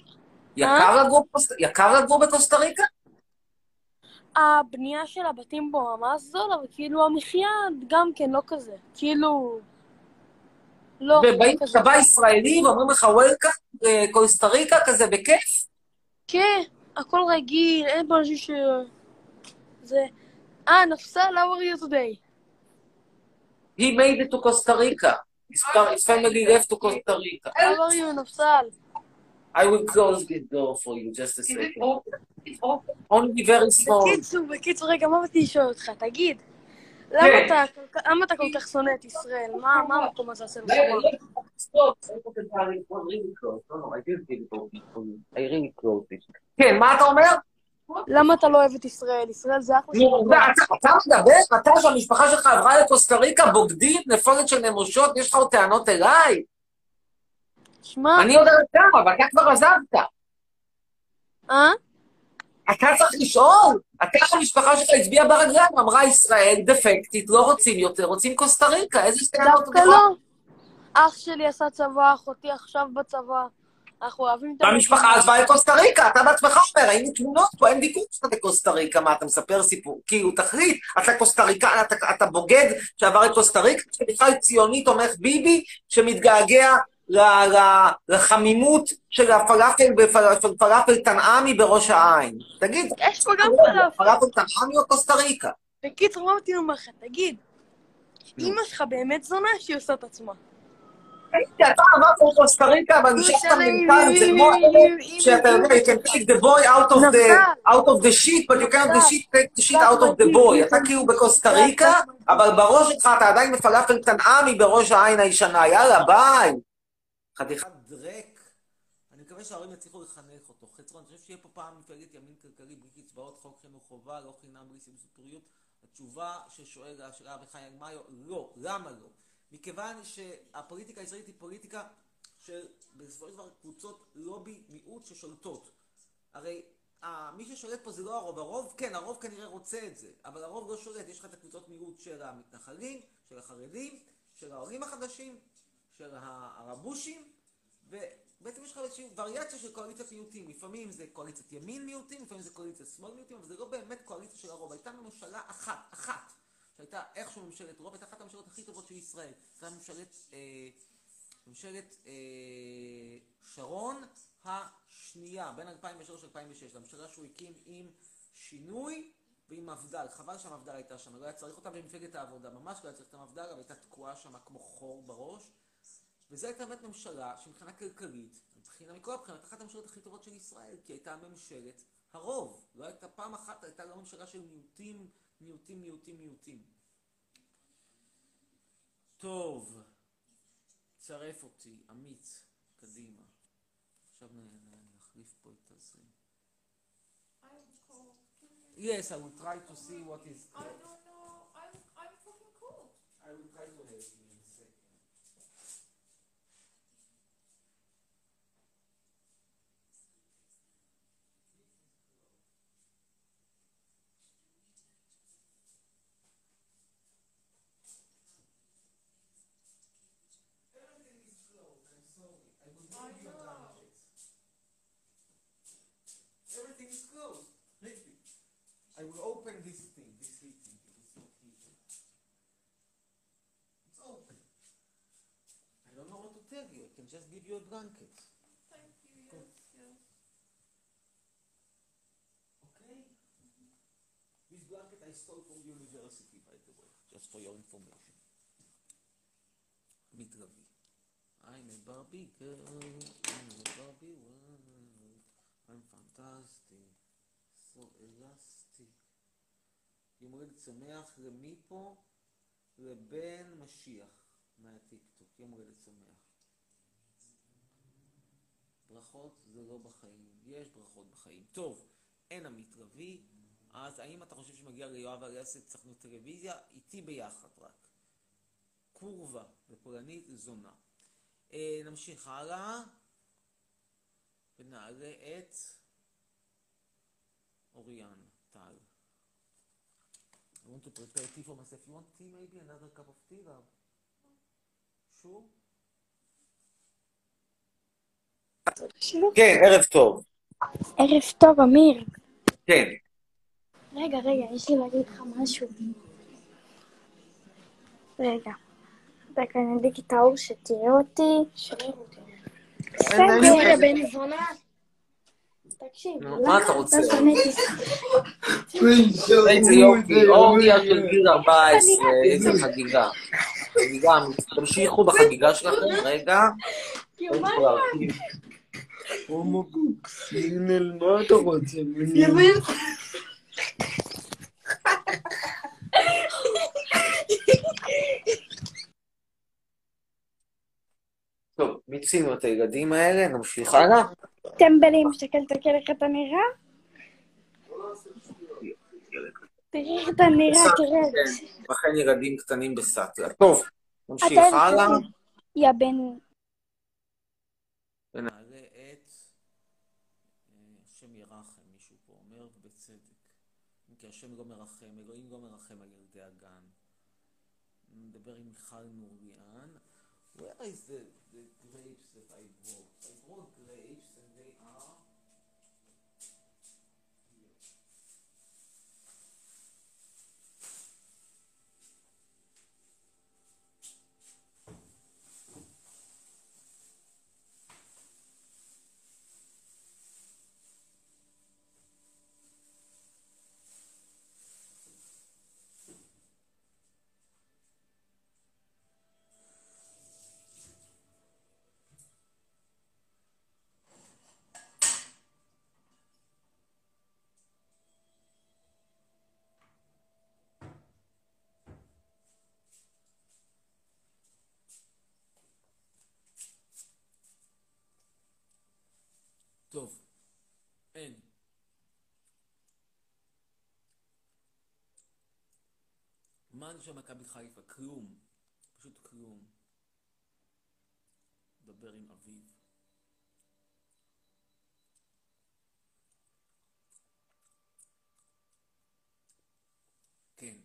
Speaker 1: יקר לגור בקוסטה ריקה?
Speaker 6: הבנייה של הבתים בו ממש זול, אבל כאילו המחיה גם כן לא כזה. כאילו... לא
Speaker 1: ובאים כתבה ישראלי ואומרים לך וולקאם בקוסטה ריקה כזה בכיף?
Speaker 6: כן, הכל רגיל, אין פה אנשים ש... זה... נפסל, how are you today?
Speaker 1: He made it to Costa Rica. His family left to Costa Rica.
Speaker 6: How are you, נפסל?
Speaker 1: I will close this door for you, just a second. Only very small.
Speaker 6: בקיצור, רגע, מה באתי לשאול אותך? תגיד, למה אתה כל כך שונא את ישראל? מה המקום הזה עושה לך?
Speaker 1: כן, מה אתה אומר?
Speaker 6: למה אתה לא אוהב את ישראל? ישראל זה אחלה שלך.
Speaker 1: אתה מדבר? אתה שהמשפחה שלך עברה לקוסטה ריקה, בוגדית, נפולת של נמושות, יש לך עוד טענות אליי?
Speaker 6: שמע...
Speaker 1: אני יודעת כמה, אבל אתה כבר עזבת. אתה צריך לשאול. אתה המשפחה שלך הצביעה ברגליים, אמרה ישראל, דפקטית, לא רוצים יותר, רוצים קוסטה ריקה, איזה סטנדרט?
Speaker 6: דווקא לא. אח שלי עשה צבא, אחותי עכשיו בצבא. אנחנו אוהבים את
Speaker 1: המשפחה עזבה לקוסטה ריקה, אתה בעצמך אומר, היינו תמונות פה, אין ביקור שאתה בקוסטה ריקה, מה, אתה מספר סיפור? כאילו, תחליט, אתה קוסטה ריקה, אתה בוגד שעבר לקוסטה ריקה, שבכלל ציוני תומך ביבי, שמתגעגע לחמימות של הפלאפל תנעמי בראש העין. תגיד,
Speaker 6: יש פה גם
Speaker 1: פלאפל תנעמי או קוסטה ריקה?
Speaker 6: בקיצור, מה אותי אומר לך? תגיד, אמא שלך באמת זונה שהיא עושה את עצמה.
Speaker 1: אתה אמרת לקוסטה ריקה, אבל נשארת מנטלית, זה כמו שאתה יודע, you can take the boy out of the shit, but you can't take the shit out of the boy. אתה כאילו בקוסטה ריקה, אבל בראש שלך אתה עדיין מפלאפל תנעמי בראש העין הישנה. יאללה, ביי. חתיכת דרק. אני מקווה שההורים יצליחו לחנך אותו. חצרון, אני חושב שיהיה פה פעם מפלגת ימין כלכלי בלי קצבאות, חוק חינוך חובה, לא חינם בלי סיבוב פוריות? התשובה ששואל השאלה אביחי אגמאיו, לא. למה לא? מכיוון שהפוליטיקה הישראלית היא פוליטיקה של בסופו של דבר קבוצות לובי מיעוט ששולטות. הרי מי ששולט פה זה לא הרוב. הרוב, כן, הרוב כנראה רוצה את זה, אבל הרוב לא שולט. יש לך את הקבוצות מיעוט של המתנחלים, של החרדים, של העולים החדשים, של הרבושים, ובעצם יש לך איזושהי וריאציה של קואליציית מיעוטים. לפעמים זה קואליציית ימין מיעוטים, לפעמים זה קואליציית שמאל מיעוטים, אבל זה לא באמת קואליציה של הרוב. הייתה ממשלה אחת, שהייתה איכשהו ממשלת רוב, הייתה אחת הממשלות הכי טובות של ישראל. זו ממשלת שרון השנייה, בין 2003-2006, הממשלה שהוא הקים עם שינוי ועם מפד"ל. חבל שהמפד"ל הייתה שם, לא היה צריך אותה במפלגת העבודה, ממש לא היה צריך את המפד"ל, אבל הייתה תקועה שם כמו חור בראש. וזו הייתה באמת ממשלה שמבחינה כלכלית, מכל הבחינות, אחת הממשלות הכי טובות של ישראל, כי הייתה ממשלת הרוב. לא הייתה פעם אחת, הייתה לא ממשלה של מיעוטים. טוב, צרף אותי, עמית, קדימה. עכשיו נחליף פה את הזה. Yes, I will try to see what is...
Speaker 5: I don't know. I'm fucking cold.
Speaker 1: I will try to help you in a second. Everything is closed, I'm sorry. I will give you a blanket. Everything is closed. Really. I will open this thing, this heating. It's open. I don't know what to tell you. I can just give you a blanket.
Speaker 5: Thank you.
Speaker 1: Good.
Speaker 5: Yes.
Speaker 1: Okay? This blanket I stole from the university, by the way, just for your information. מתרבי. I'm a Barbie girl, I'm a Barbie world, I'm fantastic, so elastic. יום הולדת שמח למי פה? לבן משיח מהטיקטוק. יום הולדת שמח. ברכות זה לא בחיים. יש ברכות בחיים. טוב, אין עמית רבי. אז האם אתה חושב שמגיע ליואב אליאסי צריך טלוויזיה? איתי ביחד רק. קורבה בפולנית זונה. נמשיך הלאה ונעלה את אוריאן טל. I want to prepare tea for myself. You want tea maybe? Another cup of tea? Sure? כן, ערב טוב.
Speaker 6: ערב טוב, אמיר.
Speaker 1: כן.
Speaker 6: רגע, יש לי להגיד לך משהו. רגע, אני אדליק את האור שתראה אותי. בסדר, בן זונה. תקשיב,
Speaker 1: מה אתה רוצה? איזה יופי, אוריה של גיל 14, איזה חגיגה. חגיגה, תמשיכו בחגיגה שלכם, רגע.
Speaker 3: הומובוקס, הנה, מה אתה רוצה?
Speaker 1: טוב, מיצינו את הילדים האלה, נמשיך הלאה.
Speaker 6: טמבלים, תסתכל איך אתה נראה. תראה איך אתה נראה, תראה.
Speaker 1: לכן ילדים קטנים בסטלה. טוב, נמשיך הלאה.
Speaker 6: יא בן...
Speaker 1: ונעלה את השם ירחם, מישהו פה אומר, ובצדק. כי השם לא מרחם, אלוהים לא מרחם על ילדי הגן. נדבר עם מיכל נוריאן. Where is the grapes that I brought? I brought grapes and they are... טוב, אין. מה אני חושב מכבי חיפה? כלום. פשוט כלום. דבר עם אביב. כן.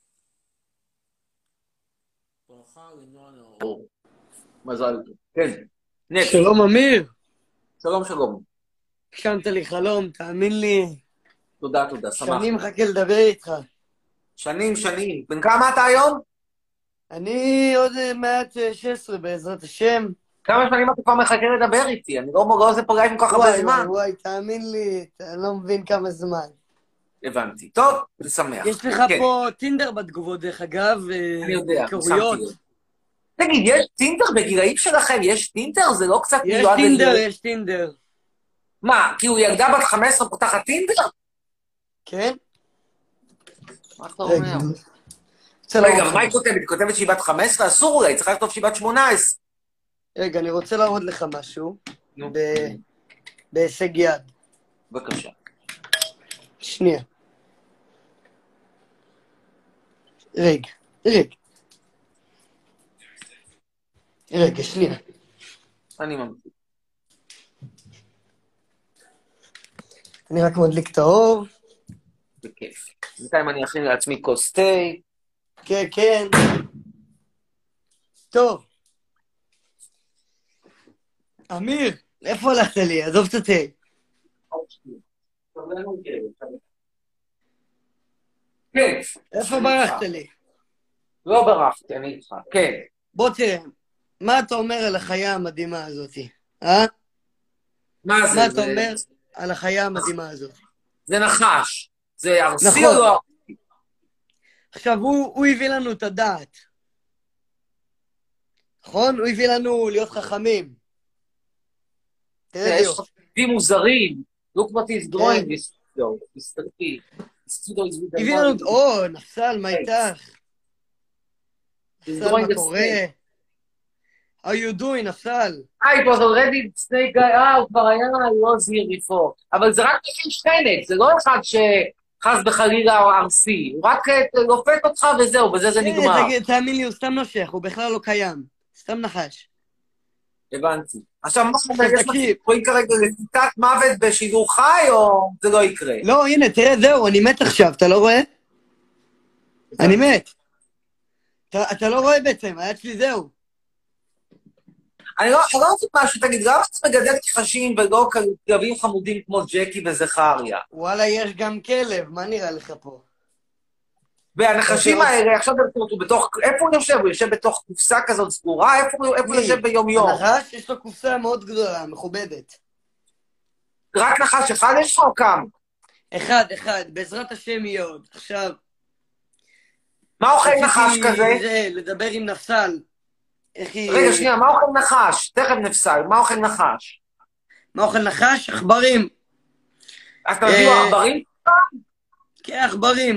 Speaker 1: ברכה לנועה נאור. מזל טוב. כן. נקסט.
Speaker 3: שלום אמיר.
Speaker 1: שלום שלום.
Speaker 3: הגשמת לי חלום, תאמין לי.
Speaker 1: תודה, תודה, שמח.
Speaker 3: שנים מחכה לדבר איתך.
Speaker 1: שנים, שנים. בן כמה אתה היום?
Speaker 3: אני עוד מעט 16 בעזרת השם.
Speaker 1: כמה שנים אתה כבר מחכה לדבר איתי? אני לא עושה פה לייב עם כל כך הרבה זמן.
Speaker 3: וואי, תאמין לי, אתה לא מבין כמה זמן.
Speaker 1: הבנתי. טוב, זה שמח.
Speaker 3: יש לך
Speaker 1: כן.
Speaker 3: פה טינדר בתגובות, דרך אגב,
Speaker 1: אני יודע,
Speaker 3: היכרויות.
Speaker 1: שמתי לב. תגיד, יש טינדר בגילאים שלכם? יש טינדר? זה לא קצת
Speaker 3: יש
Speaker 1: מיועד
Speaker 3: טינדר,
Speaker 1: לגיל-
Speaker 3: יש טינדר.
Speaker 1: מה, כאילו ילדה בת 15 פותחת טינדר?
Speaker 3: כן?
Speaker 1: מה אתה
Speaker 3: רגע,
Speaker 1: אומר?
Speaker 3: רוצה
Speaker 1: רגע,
Speaker 3: להראות
Speaker 1: מה היא
Speaker 3: לך.
Speaker 1: כותבת? היא כותבת שהיא בת 15? אסור אולי, צריכה לכתוב שהיא בת 18.
Speaker 3: רגע, אני רוצה להראות לך משהו.
Speaker 1: נו.
Speaker 3: בהישג יד.
Speaker 1: בבקשה.
Speaker 3: שנייה. רגע. רגע, שנייה.
Speaker 1: אני ממשיך.
Speaker 3: אני רק מדליק את האור.
Speaker 1: בכיף. בינתיים אני אכין לעצמי כוס תה.
Speaker 3: כן, כן. טוב. אמיר, איפה הלכת לי? עזוב את התה.
Speaker 1: כן.
Speaker 3: איפה ברחת לי?
Speaker 1: לא ברחתי, אני איתך. כן.
Speaker 3: בוא תראה, מה אתה אומר על החיה המדהימה הזאת? אה?
Speaker 1: מה זה?
Speaker 3: מה אתה אומר על החיה המדהימה הזאת?
Speaker 1: זה נחש. זה ארסי
Speaker 3: נכון.
Speaker 1: או לא?
Speaker 3: עכשיו, הוא הביא לנו את הדעת. נכון? הוא הביא לנו להיות חכמים. תראה
Speaker 1: יש
Speaker 3: דיוק.
Speaker 1: חפים מוזרים. Look what he's drawing this video. Mr. P. This video is with the
Speaker 3: הביא לנו...
Speaker 1: money.
Speaker 3: או, נפסל, מה איתך?
Speaker 1: He's
Speaker 3: נפסל,
Speaker 1: drawing
Speaker 3: מה
Speaker 1: the
Speaker 3: קורה?
Speaker 1: snake.
Speaker 3: How you doing, נפסל?
Speaker 1: It was already snake guy. הוא כבר היה, he was here before. אבל זה רק לפי שחלק. זה לא אחד שחס בחלילה או ארסי. הוא רק לופת אותך וזהו, בזה זה נגמר.
Speaker 3: תאמין לי, הוא סתם נושך, הוא בכלל לא קיים. סתם נחש.
Speaker 1: הבנתי. עכשיו, מה
Speaker 3: עכשיו,
Speaker 1: יש
Speaker 3: תקשיב.
Speaker 1: מצפויים כרגע לפיתת מוות בשידור חי, או זה לא יקרה?
Speaker 3: לא, הנה, תראה, זהו, אני מת עכשיו, אתה לא רואה? אני מת. אתה לא רואה בעצם, היד שלי זהו.
Speaker 1: אני לא רוצה משהו, תגיד, למה אתה מגדל כחשים ולא כלבים חמודים כמו ג'קי וזכריה?
Speaker 3: וואלה, יש גם כלב, מה נראה לך פה?
Speaker 1: והנחשים האלה, עכשיו הוא בתוך, איפה הוא יושב? הוא יושב בתוך קופסה כזאת סגורה? איפה הוא יושב ביום-יום?
Speaker 3: הנחש יש לו קופסה מאוד גדולה, מכובדת.
Speaker 1: רק נחש אחד יש לך או כמה?
Speaker 3: אחד, בעזרת השם יהיה עוד. עכשיו...
Speaker 1: מה אוכל נחש כזה?
Speaker 3: לדבר עם נפסל.
Speaker 1: רגע, שנייה, מה אוכל נחש? תכף נפסל, מה אוכל נחש?
Speaker 3: מה אוכל נחש? עכברים.
Speaker 1: אז אתה מביא עכברים?
Speaker 3: כן, עכברים,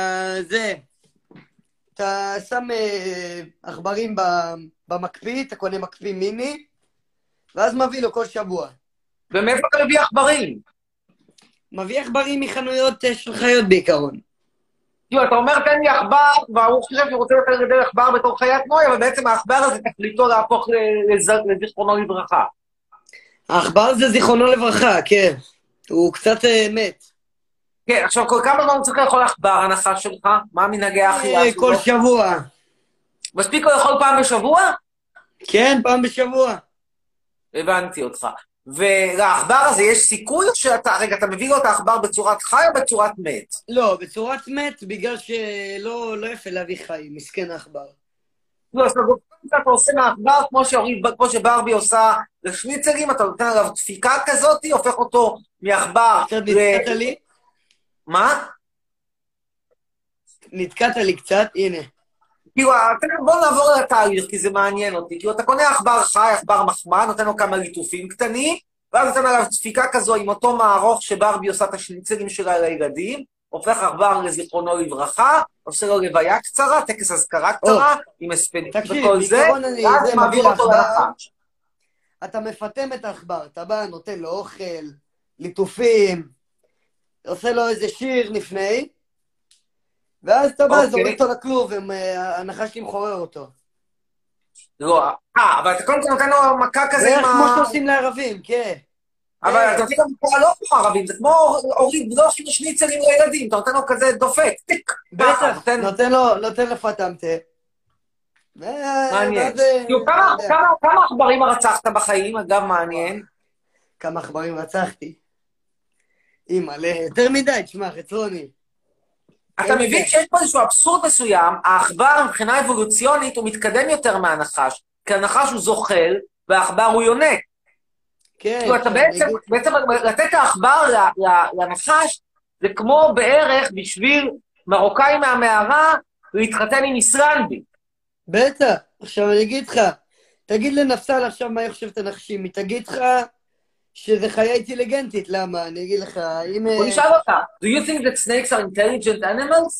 Speaker 3: אתה שם עכברים במקפיא, אתה קונה מקפיא מיני, ואז מביא לו כל שבוע.
Speaker 1: ומאיפה אתה מביא עכברים?
Speaker 3: מביא עכברים מחנויות של חיות בעיקרון.
Speaker 1: אתה אומר, תן לי עכבר, והוא חושב שהוא רוצה יותר לגדל עכבר בתור חיית נוי, אבל בעצם העכבר הזה תכליתו להפוך לזיכרונו לברכה.
Speaker 3: העכבר זה זיכרונו לברכה, כן. הוא קצת מת.
Speaker 1: כן, עכשיו, כמה זמן הוא צריך לאכול עכבר, הנחש שלך? מה מנהגי האכילה שלו?
Speaker 3: כל שבוע.
Speaker 1: מספיק לו לאכול פעם בשבוע?
Speaker 3: כן, פעם בשבוע.
Speaker 1: הבנתי אותך. ולעכבר הזה יש סיכוי שאתה, רגע, אתה מביא לו את העכבר בצורת חי או בצורת מת?
Speaker 3: לא, בצורת מת, בגלל שלא יפה להביא חי, מסכן העכבר.
Speaker 1: לא, אתה עושה מהעכבר כמו שברבי עושה לשניצלים, אתה נותן עליו דפיקה כזאת, הופך אותו מעכבר
Speaker 3: קצת נתקעת לי?
Speaker 1: מה?
Speaker 3: נתקעת לי קצת, הנה.
Speaker 1: כאילו, בוא נעבור על התהליך, כי זה מעניין אותי. כאילו, אתה קונה עכבר חי, עכבר מחמד, נותן לו כמה ליטופים קטנים, ואז נותן עליו דפיקה כזו עם אותו מערוך שברבי עושה את השניצלים שלה לילדים, הופך עכבר לזיכרונו לברכה, עושה לו לוויה קצרה, טקס אזכרה קצרה, עם הספדים וכל זה, ואז מעביר אותו לנחש.
Speaker 3: אתה מפתם את העכבר, אתה בא, נותן לו אוכל, ליטופים, עושה לו איזה שיר לפני, ואז אתה בא,
Speaker 10: אוקיי.
Speaker 3: זורק אותו לכלוב, הנחש שלי מחורר אותו.
Speaker 10: לא, אבל אתה קודם כל נותן לו מכה כזה
Speaker 3: בערך
Speaker 10: עם
Speaker 3: כמו
Speaker 10: ה...
Speaker 3: שעושים לערבים, כן.
Speaker 10: אבל אתה נותן לו מכה לא כמו ערבים, זה כמו הוריד בלושים שניצלים לילדים, אתה נותן לו כזה דופק, טיק, ככה,
Speaker 3: בטח, נותן לפטמטה.
Speaker 10: מעניין. כאילו, כמה עכברים רצחת בחיים? אגב, מעניין.
Speaker 3: כמה עכברים רצחתי? אימא'לה, יותר מדי, תשמע, חצרוני.
Speaker 10: אתה מבין שיש פה איזשהו אבסורד מסוים, העכבר מבחינה אבולוציונית הוא מתקדם יותר מהנחש, כי הנחש הוא זוחל, והעכבר הוא יונק.
Speaker 3: כן.
Speaker 10: כאילו, אתה בעצם לתת העכבר לנחש, זה כמו בערך בשביל מרוקאי מהמערה להתחתן עם איסלנדי.
Speaker 3: בטח, עכשיו אני אגיד לך, תגיד לנפסל עכשיו מה היא חושבת הנחשים, היא תגיד לך שזה חיה אינטליגנטית, למה? אני אגיד לך, אם...
Speaker 10: בוא נשאל אותה, do you think that snakes are intelligent animals?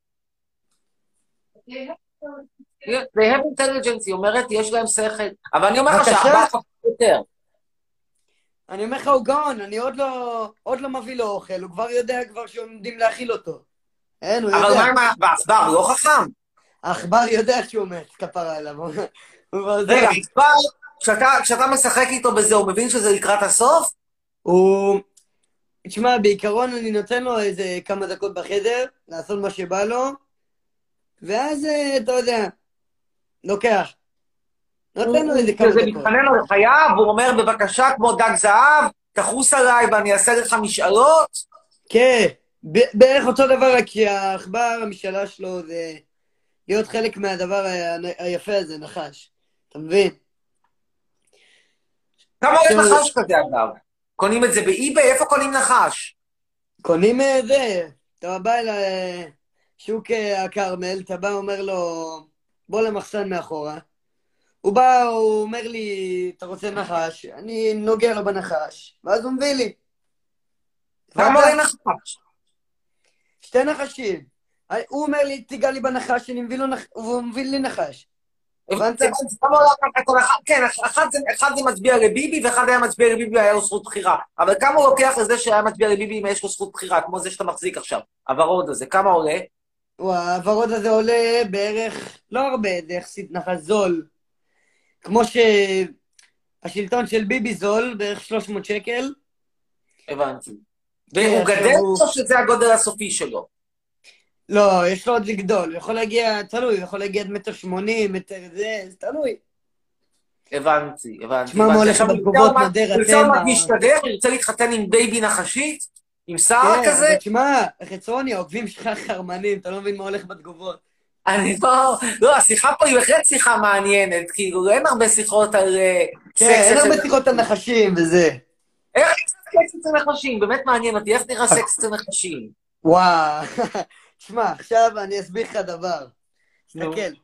Speaker 10: They have intelligence, היא אומרת, יש להם שכל, אבל אני אומר לך שהעכבר חושב יותר.
Speaker 3: אני אומר לך, הוא גאון, אני עוד לא מביא לו אוכל, הוא כבר יודע כבר שעומדים להאכיל אותו. אין, הוא יודע.
Speaker 10: אבל מה עם העכבר, הוא לא חכם?
Speaker 3: העכבר יודע שהוא מת, כפרה עליו.
Speaker 10: רגע, העכבר, כשאתה משחק איתו בזה, הוא מבין שזה לקראת הסוף?
Speaker 3: תשמע, בעיקרון אני נותן לו איזה כמה דקות בחדר, לעשות מה שבא לו, ואז, אתה יודע, לוקח. נותן לו איזה כמה דקות.
Speaker 10: זה מתחנן לו לחייו, והוא אומר, בבקשה, כמו דג זהב, תחוס עליי ואני אעשה לך משאלות?
Speaker 3: כן, בערך אותו דבר, רק שהעכבר, המשאלה שלו זה להיות חלק מהדבר היפה הזה, נחש. אתה מבין?
Speaker 10: כמה עולה נחש כזה, אגב? קונים את זה באי-ביי? איפה קונים נחש?
Speaker 3: קונים זה, אתה בא לשוק הכרמל, אתה בא, אומר לו, בוא למחסן מאחורה. הוא בא, הוא אומר לי, אתה רוצה נחש? אני נוגע לו בנחש, ואז הוא מביא לי.
Speaker 10: כמה עולה נחש?
Speaker 3: 2 נחשים. הוא אומר לי, תיגע לי בנחש, והוא מביא לי נחש. הבנת?
Speaker 10: כן, אחד זה מצביע לביבי, ואחד היה מצביע לביבי, היה לו זכות בחירה. אבל כמה הוא לוקח לזה שהיה מצביע לביבי אם יש לו זכות בחירה, כמו זה שאתה מחזיק עכשיו, הוורוד הזה, כמה עולה?
Speaker 3: הוורוד הזה עולה בערך, לא הרבה, זה יחסית נחש זול. כמו שהשלטון של ביבי זול, בערך 300 שקל.
Speaker 10: הבנתי. והוא גדל או שזה הגודל הסופי שלו?
Speaker 3: לא, יש לו עוד לגדול, הוא יכול להגיע, תלוי, הוא יכול להגיע עד 1.80 מטר, זה תלוי.
Speaker 10: הבנתי.
Speaker 3: תשמע מה הולך בתגובות נדר,
Speaker 10: הוא ירצה עוד להשתדך, הוא ירצה להתחתן עם בייבי נחשית? עם שער כזה?
Speaker 3: כן, תשמע, חצרוני, העוקבים שלך חרמנים, אתה לא מבין מה הולך בתגובות.
Speaker 10: אני לא, השיחה פה היא בהחלט שיחה מעניינת, כאילו, אין הרבה שיחות על
Speaker 3: כן, אין הרבה שיחות על נחשים וזה.
Speaker 10: איך סקס אצל נחשים? באמת מעניין אותי, איך נראה סקס אצל נחשים?
Speaker 3: וואו, תשמע, עכשיו אני אסביר לך דבר. תסתכל.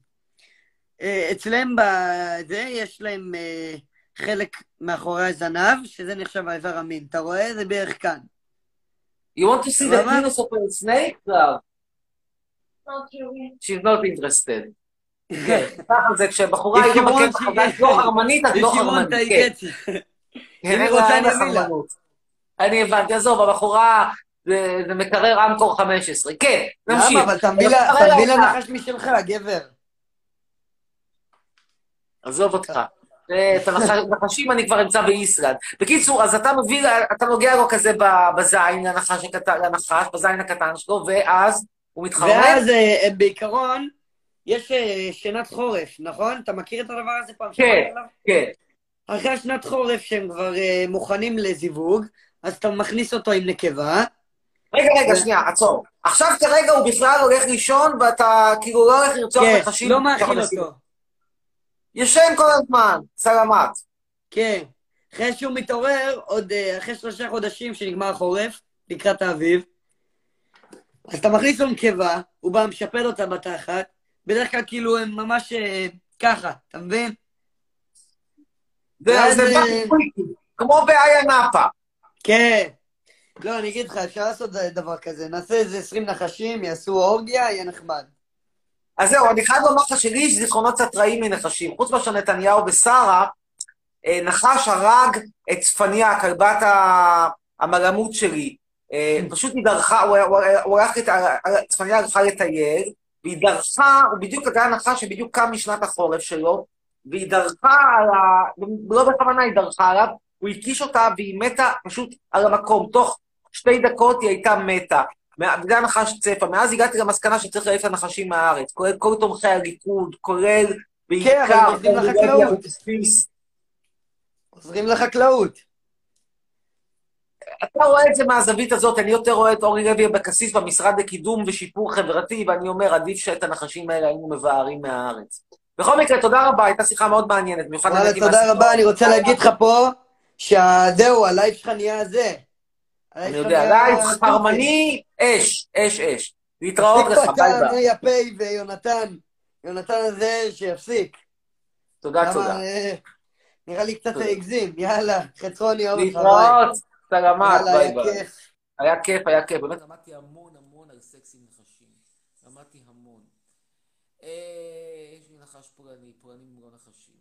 Speaker 3: אצלם בזה יש להם חלק מאחורי הזנב, שזה נחשב האיבר המין. אתה רואה? זה בערך כאן.
Speaker 10: You want to see the penis of a snake? No. She's not interested. כן, ככה זה כשבחורה היא לא חרמנית, את לא חרמנית. כן, אני הבנתי, עזוב, הבחורה זה מקרר אמקור 15. כן, נמשיך.
Speaker 3: למה? אבל תביא לנחש משלך, גבר.
Speaker 10: עזוב אותך. את הנחשים אני כבר אמצא באיסלנד. בקיצור, אז אתה נוגע לו כזה בזין, לנחש, בזין הקטן שלו, ואז הוא מתחרמן.
Speaker 3: ואז בעיקרון, יש שנת חורף, נכון? אתה מכיר את הדבר הזה פעם?
Speaker 10: כן, כן.
Speaker 3: אחרי השנת חורף שהם כבר מוכנים לזיווג, אז אתה מכניס אותו עם נקבה.
Speaker 10: רגע, שנייה, עצור. עכשיו כרגע הוא בכלל הולך לישון, ואתה כאילו לא הולך לרצוח נחשים.
Speaker 3: כן, לא מאכיל אותו.
Speaker 10: ישן כל הזמן, סלמת.
Speaker 3: כן. אחרי שהוא מתעורר, עוד אחרי 3 חודשים שנגמר החורף, לקראת האביב, אז אתה מכניס לו נקבה, הוא בא משפד אותה בתחת, בדרך כלל כאילו הם ממש ככה, אתה מבין?
Speaker 10: זה כמו באיה נאפה.
Speaker 3: כן. לא, אני אגיד לך, אפשר לעשות דבר כזה, נעשה איזה 20 נחשים, יעשו אורגיה, יהיה נחמד.
Speaker 10: אז זהו, אני חייב לומר לך שלי יש זיכרונות קצת רעים מנחשים. חוץ מאשר נתניהו ושרה, נחש הרג את צפניה, כלבת המלמות שלי, פשוט היא דרכה, הוא הלך, צפניה הלכה לטייל, והיא דרכה, הוא בדיוק הייתה נחש שבדיוק קם משנת החורף שלו, והיא דרכה לא בכוונה היא דרכה עליו, הוא הקיש אותה והיא מתה פשוט על המקום, תוך 2 דקות היא הייתה מתה. וזה הנחש צפה, מאז הגעתי למסקנה שצריך להעיף את הנחשים מהארץ, כולל כל תומכי הליכוד, כולל
Speaker 3: כן, אבל הם עוזרים לחקלאות. עוזרים לחקלאות.
Speaker 10: אתה רואה את זה מהזווית הזאת, אני יותר רואה את אורי לוי אבקסיס במשרד לקידום ושיפור חברתי, ואני אומר, עדיף שאת הנחשים האלה היינו מבארים מהארץ. בכל מקרה, תודה רבה, הייתה שיחה מאוד מעניינת.
Speaker 3: תודה רבה, אני רוצה להגיד לך פה, שזהו, הלייב שלך נהיה זה.
Speaker 10: אני יודע, לייב חרמני, אש. להתראות לך, ביי ביי.
Speaker 3: מאיה פי ויונתן, יונתן הזה שיפסיק.
Speaker 10: תודה.
Speaker 3: נראה לי קצת הגזים, יאללה, חצרוני, אהוב לך.
Speaker 10: להתראות, סלמת, ביי ביי. היה כיף.
Speaker 1: באמת למדתי המון על סקס עם נחשים. למדתי המון. יש לי נחש פולנים לא נחשים.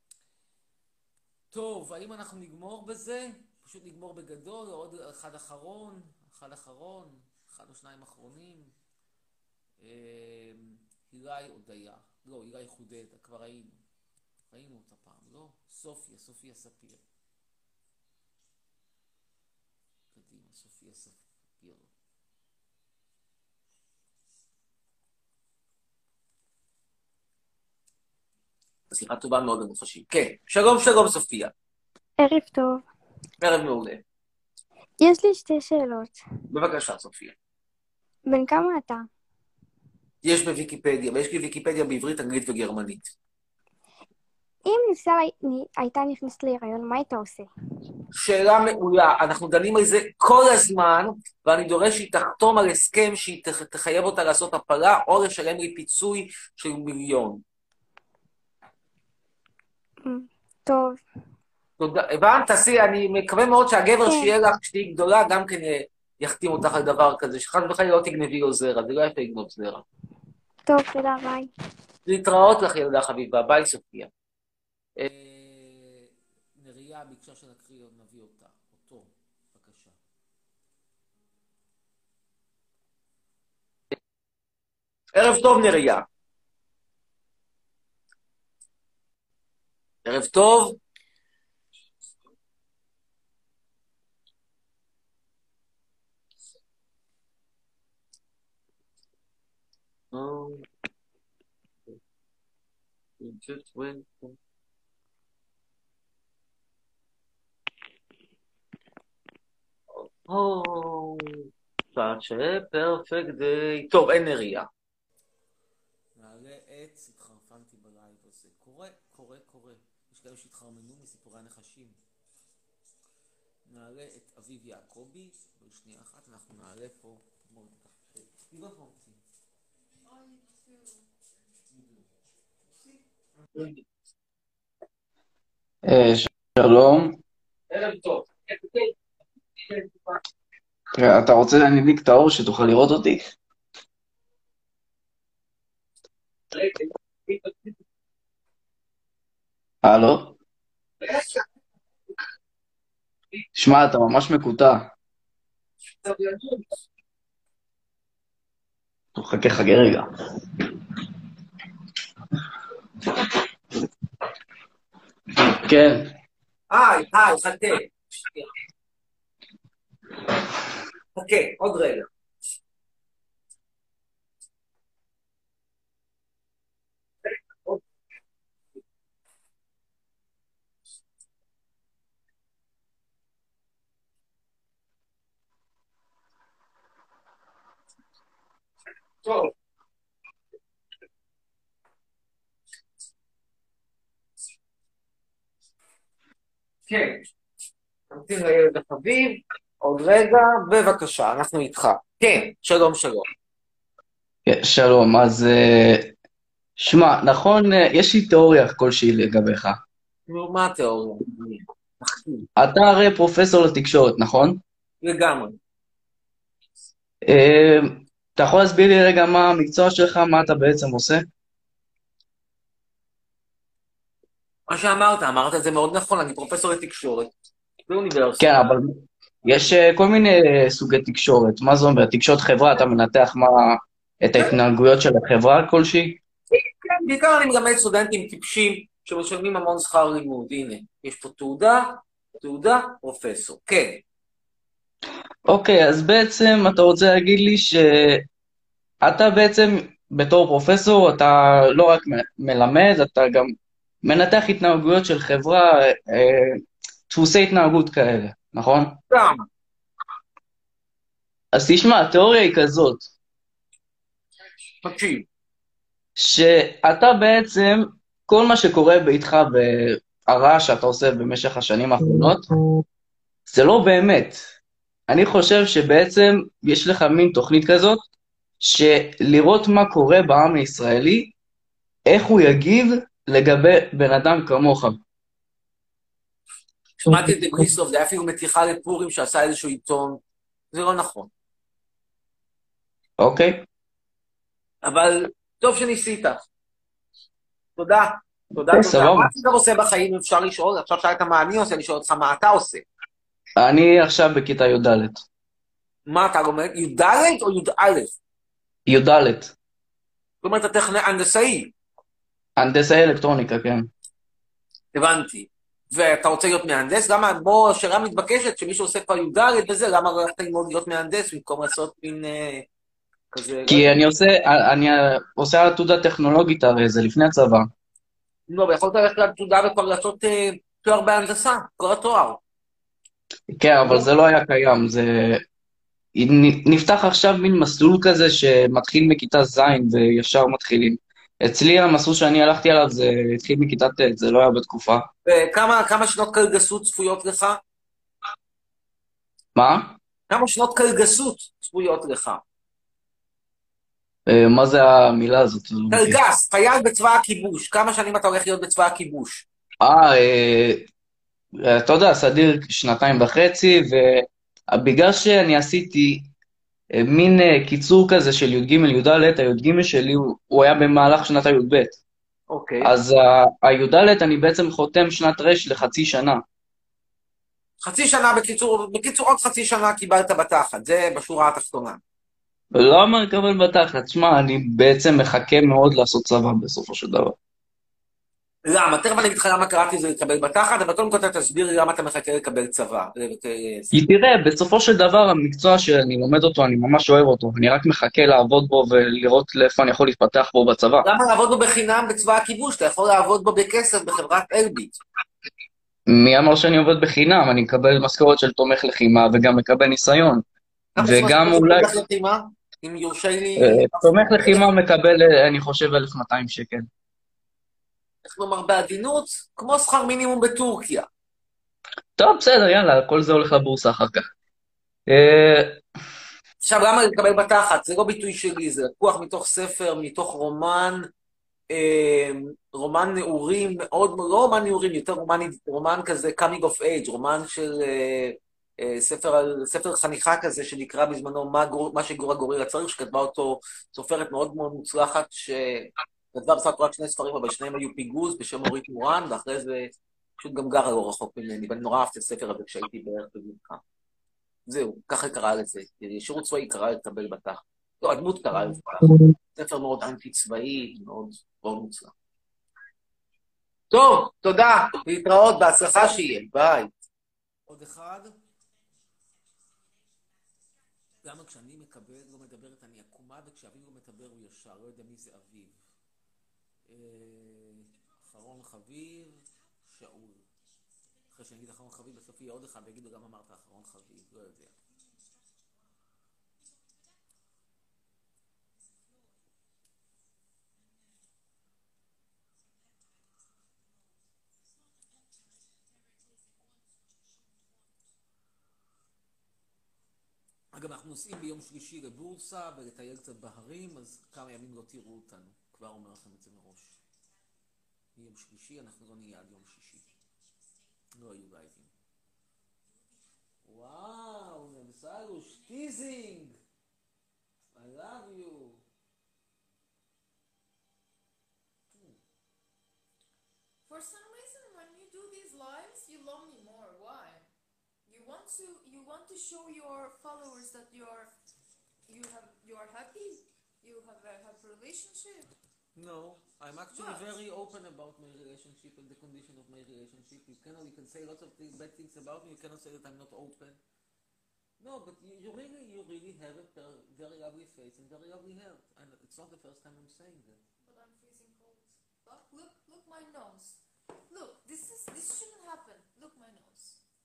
Speaker 1: טוב, האם אנחנו נגמור בזה? פשוט נגמור בגדול, או עוד אחד אחרון, אחד או שניים אחרונים. הילי הודיה, לא, הילי חודדה, כבר ראינו אותה פעם, לא? סופיה ספיר. קדימה, סופיה ספיר.
Speaker 10: שיחה טובה מאוד לנחשים. כן, שלום סופיה.
Speaker 11: ערב טוב.
Speaker 10: ערב מעולה.
Speaker 11: יש לי 2 שאלות.
Speaker 10: בבקשה, סופיה.
Speaker 11: בן כמה אתה?
Speaker 10: יש בוויקיפדיה, ויש לי ויקיפדיה בעברית, אנגלית וגרמנית.
Speaker 11: אם נפסל הייתה נכנסת להיריון, מה היית עושה?
Speaker 10: שאלה מעולה, אנחנו דנים על זה כל הזמן, ואני דורש שהיא תחתום על הסכם שהיא תחייב אותה לעשות הפלה, או לשלם לי פיצוי של 1,000,000.
Speaker 11: טוב.
Speaker 10: תודה. הבנת, אני מקווה מאוד שהגבר שיהיה לך, שתהי גדולה, גם כן יחתים אותך על דבר כזה, שחד וחלילה לא תגנבי לו זרע, זה לא יפה לגנוב זרע.
Speaker 11: טוב, תודה, ביי.
Speaker 10: להתראות לך, ילדה חביבה, ביי סופיה.
Speaker 1: נריה ביקשה שנקריא עוד נביא אותו, בבקשה.
Speaker 10: ערב טוב נריה. ערב טוב. such a perfect day. טוב, אין נריה.
Speaker 1: נעלה עץ, התחרפנתי בלייב הזה. קורה. יש כאלה שהתחרמנו מסיפורי הנחשים. נעלה את אביב יעקבי, בשנייה אחת אנחנו נעלה פה.
Speaker 12: שלום.
Speaker 10: ערב טוב.
Speaker 12: אתה רוצה להנהיג את האור שתוכל לראות אותי? הלו? שמע, אתה ממש מקוטע. חכה רגע. כן.
Speaker 10: היי, חכה. חכה, עוד רגע. טוב. כן. נמתין לילד החביב, עוד רגע, בבקשה, אנחנו איתך. כן, שלום.
Speaker 12: כן, שלום, אז שמע, נכון, יש לי תיאוריה כלשהי לגביך.
Speaker 10: מה התיאוריה?
Speaker 12: אתה הרי פרופסור לתקשורת, נכון?
Speaker 10: לגמרי.
Speaker 12: אתה יכול להסביר לי רגע מה המקצוע שלך, מה אתה בעצם עושה?
Speaker 10: מה שאמרת את זה מאוד נכון, אני פרופסור לתקשורת. באוניברסיטה.
Speaker 12: כן, אבל יש כל מיני סוגי תקשורת. מה זה אומר? תקשורת חברה, אתה מנתח את ההתנהגויות של החברה כלשהי?
Speaker 10: כן, בעיקר אני מלמד סטודנטים טיפשים שמשלמים המון שכר לימוד. הנה, יש פה תעודה, פרופסור. כן.
Speaker 12: אוקיי, אז בעצם אתה רוצה להגיד לי שאתה בעצם בתור פרופסור, אתה לא רק מלמד, אתה גם מנתח התנהגויות של חברה, דפוסי התנהגות כאלה, נכון?
Speaker 10: גם.
Speaker 12: אז תשמע, התיאוריה היא כזאת,
Speaker 10: תקשיב.
Speaker 12: שאתה בעצם, כל מה שקורה ביתך והרעש שאתה עושה במשך השנים האחרונות, זה לא באמת. אני חושב שבעצם יש לך מין תוכנית כזאת, שלראות מה קורה בעם הישראלי, איך הוא יגיב לגבי בן אדם כמוך.
Speaker 10: שמעתי את דגריסוב, זה היה אפילו מתיחה לפורים שעשה איזשהו עיתון, זה לא נכון.
Speaker 12: אוקיי.
Speaker 10: אבל טוב שניסית. תודה. תודה.
Speaker 12: סבבה.
Speaker 10: מה אתה עושה בחיים, אפשר לשאול? עכשיו שאלת מה אני עושה, לשאול אותך מה אתה עושה.
Speaker 12: אני עכשיו בכיתה י"ד.
Speaker 10: מה אתה לומד? י"ד או י"א?
Speaker 12: י"ד.
Speaker 10: זאת אומרת, אתה הנדסאי.
Speaker 12: הנדסאי אלקטרוניקה, כן.
Speaker 10: הבנתי. ואתה רוצה להיות מהנדס? למה, בוא, שאלה מתבקשת, שמישהו עושה כבר י"ד וזה, למה הלכת ללמוד להיות מהנדס במקום לעשות מין כזה...
Speaker 12: כי אני עושה עתודה טכנולוגית הרי, זה לפני הצבא.
Speaker 10: לא, ויכולת ללכת לעתודה וכבר לעשות תואר בהנדסה, כל התואר.
Speaker 12: כן, אבל זה לא היה קיים, זה... נפתח עכשיו מין מסלול כזה שמתחיל מכיתה ז' וישר מתחילים. אצלי המסלול שאני הלכתי עליו זה התחיל מכיתה ט', זה לא היה בתקופה.
Speaker 10: וכמה שנות קלגסות צפויות לך?
Speaker 12: מה?
Speaker 10: כמה שנות קלגסות צפויות לך?
Speaker 12: מה זה המילה הזאת?
Speaker 10: קלגס, חייל בצבא הכיבוש. כמה שנים אתה הולך להיות בצבא הכיבוש?
Speaker 12: אתה יודע, סדיר 2.5, ובגלל שאני עשיתי מין קיצור כזה של י"ג י"ד, הי"ג שלי הוא היה במהלך שנת הי"ב.
Speaker 10: אוקיי.
Speaker 12: אז הי"ד אני בעצם חותם שנת ר' לחצי שנה.
Speaker 10: חצי שנה בקיצור עוד חצי שנה קיבלת בתחת, זה בשורה התחתונה.
Speaker 12: למה לקבל בתחת? שמע, אני בעצם מחכה מאוד לעשות צבא בסופו של דבר.
Speaker 10: למה? תכף אני אגיד לך למה קראתי זה לקבל בתחת, אבל קודם כל אתה תסביר לי למה אתה מחכה לקבל צבא.
Speaker 12: כי תראה, בסופו של דבר המקצוע שאני לומד אותו, אני ממש אוהב אותו. אני רק מחכה לעבוד בו ולראות לאיפה אני יכול להתפתח בו בצבא.
Speaker 10: למה לעבוד בו בחינם בצבא הכיבוש? אתה יכול לעבוד בו בכסף בחברת אלביט.
Speaker 12: מי אמר שאני עובד בחינם? אני מקבל משכורת של תומך לחימה וגם מקבל ניסיון. וגם אולי...
Speaker 10: אם יורשה לי...
Speaker 12: תומך לחימה מקבל, אני חושב, 1,200 שקל.
Speaker 10: כלומר, בעדינות, כמו שכר מינימום בטורקיה.
Speaker 12: טוב, בסדר, יאללה, כל זה הולך לבורסה אחר כך.
Speaker 10: עכשיו, למה לקבל בתחת? זה לא ביטוי שלי, זה לקוח מתוך ספר, מתוך רומן נעורים, מאוד, לא רומן נעורים, יותר רומן כזה, coming of age, רומן של ספר חניכה כזה, שנקרא בזמנו מה שגורה גורילה צריך, שכתבה אותו סופרת מאוד מאוד מוצלחת, כתבה בסך רק 2 ספרים, אבל שניהם היו פיגוז בשם אורית מורן, ואחרי זה פשוט גם גרה לא רחוק ממני, ואני נורא אהבתי את הספר הזה כשהייתי בערך בגילך. זהו, ככה קרא לזה. שירות צבאי קרא לקבל בתחת. לא, הדמות קרא לזה. ספר מאוד אנטי-צבאי, מאוד מוצלח. טוב, תודה, להתראות, בהצלחה שיהיה, ביי. עוד אחד. למה כשאני לא מדברת אני עקומה, וכשאביב לא מדבר הוא ישר, לא יודע מי זה אביב. אחרון חביב, שאול. אחרי שאני אגיד אחרון חביב, בסוף יהיה עוד אחד, ויגידו גם אמרת אחרון חביב, לא יודע. אגב, אנחנו נוסעים ביום שלישי לבורסה ולטייל קצת בהרים, אז כמה ימים לא תראו אותנו. כבר אומר לכם את זה מראש. ביום שלישי אנחנו לא נהיה עד יום שישי. לא היו לייבים. וואו, נמסלוש, טיזינג! I love you.
Speaker 5: For some reason, when you do these lives, you love me more. Why? You you want to show your followers that you are happy, you have a happy relationship.
Speaker 1: No, I'm actually
Speaker 5: What?
Speaker 1: very open about my relationship and the condition of my relationship. You can say lots of bad things about me. You cannot say that I'm not open. No, but you really have a very lovely face and very lovely hair. And it's not the first time I'm saying that.
Speaker 5: But I'm freezing cold. Look my nose. Look, this shouldn't happen. Look my nose.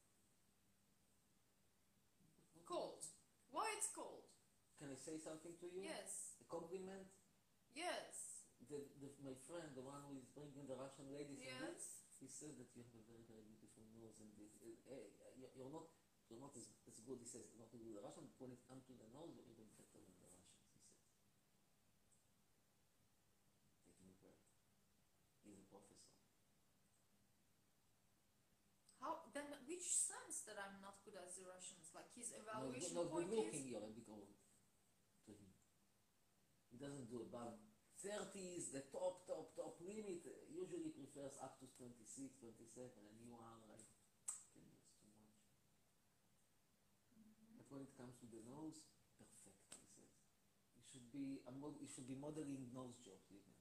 Speaker 5: Cold. Why it's cold?
Speaker 1: Can I say something to you?
Speaker 5: Yes.
Speaker 1: A compliment?
Speaker 5: Yes.
Speaker 1: My friend, the one who is bringing the Russian ladies,
Speaker 5: Yes.
Speaker 1: he said that you have a very, very beautiful nose, and you're not as good. He says not to do the Russian, but when it comes to the nose, you're even better than the Russians. He says, taking a break. He's a professor.
Speaker 5: How then? Which sense that I'm not good as the Russians? Like his
Speaker 1: No,
Speaker 5: evaluation
Speaker 1: good
Speaker 5: point
Speaker 1: looking,
Speaker 5: is.
Speaker 1: you're a bit old to him. He doesn't do above 30 is the top limit. Usually prefers up to 26, 27, and you are like 10 years too much. But when it comes to the nose, perfect, he says. You should be modeling nose jobs even.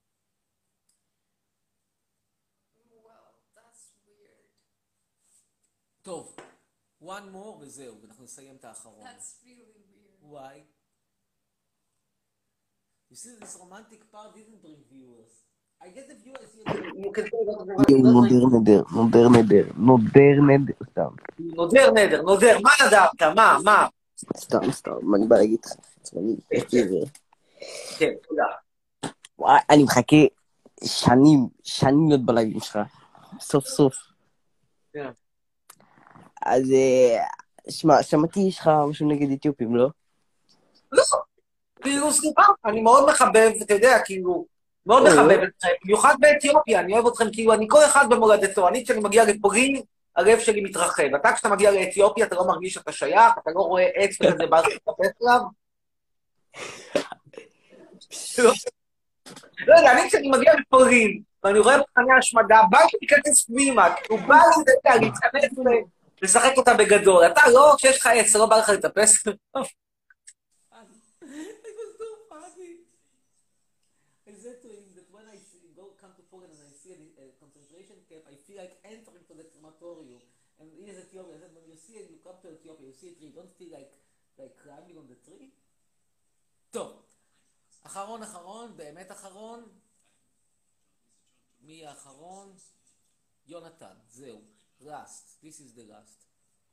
Speaker 5: Well, that's weird.
Speaker 1: טוב, one more וזהו, ואנחנו נסיים את האחרון.
Speaker 5: That's really weird.
Speaker 1: Why? You see, this romantic part didn't bring viewers. I get the viewers here.
Speaker 10: You can say
Speaker 3: סתם.
Speaker 10: נודר, מה נדרת? מה?
Speaker 3: סתם, אני בא להגיד לך. יש לי עבר.
Speaker 10: כן, תודה.
Speaker 3: וואי, אני מחכה שנים להיות בלייבים שלך. סוף.
Speaker 10: כן.
Speaker 3: אז, שמע, שמעתי יש לך משהו נגד אתיופים, לא?
Speaker 10: לא. כאילו, סליחה, אני מאוד מחבב, אתה יודע, כאילו, מאוד מחבב אתכם, במיוחד באתיופיה, אני אוהב אתכם, כאילו, אני כל אחד במולדתו, אני כשאני מגיע לפולין, הלב שלי מתרחב. אתה כשאתה מגיע לאתיופיה, אתה לא מרגיש שאתה שייך, אתה לא רואה עץ וכזה, בא להתחפש עליו. לא יודע, אני כשאני מגיע לפולין, ואני רואה מחנה השמדה, בא לי להיכנס פנימה, כאילו, בא לי להתכנס ולשחק אותה בגדול. אתה לא, כשיש לך עץ, לא בא לך לטפס.
Speaker 1: I feel like entering to the crematorium, and he is Ethiopia. I said, when you see it, you come to Ethiopia, you see a tree, you don't feel like climbing on the tree? טוב, אחרון, באמת אחרון. מי האחרון? יונתן, זהו. last, this is the last.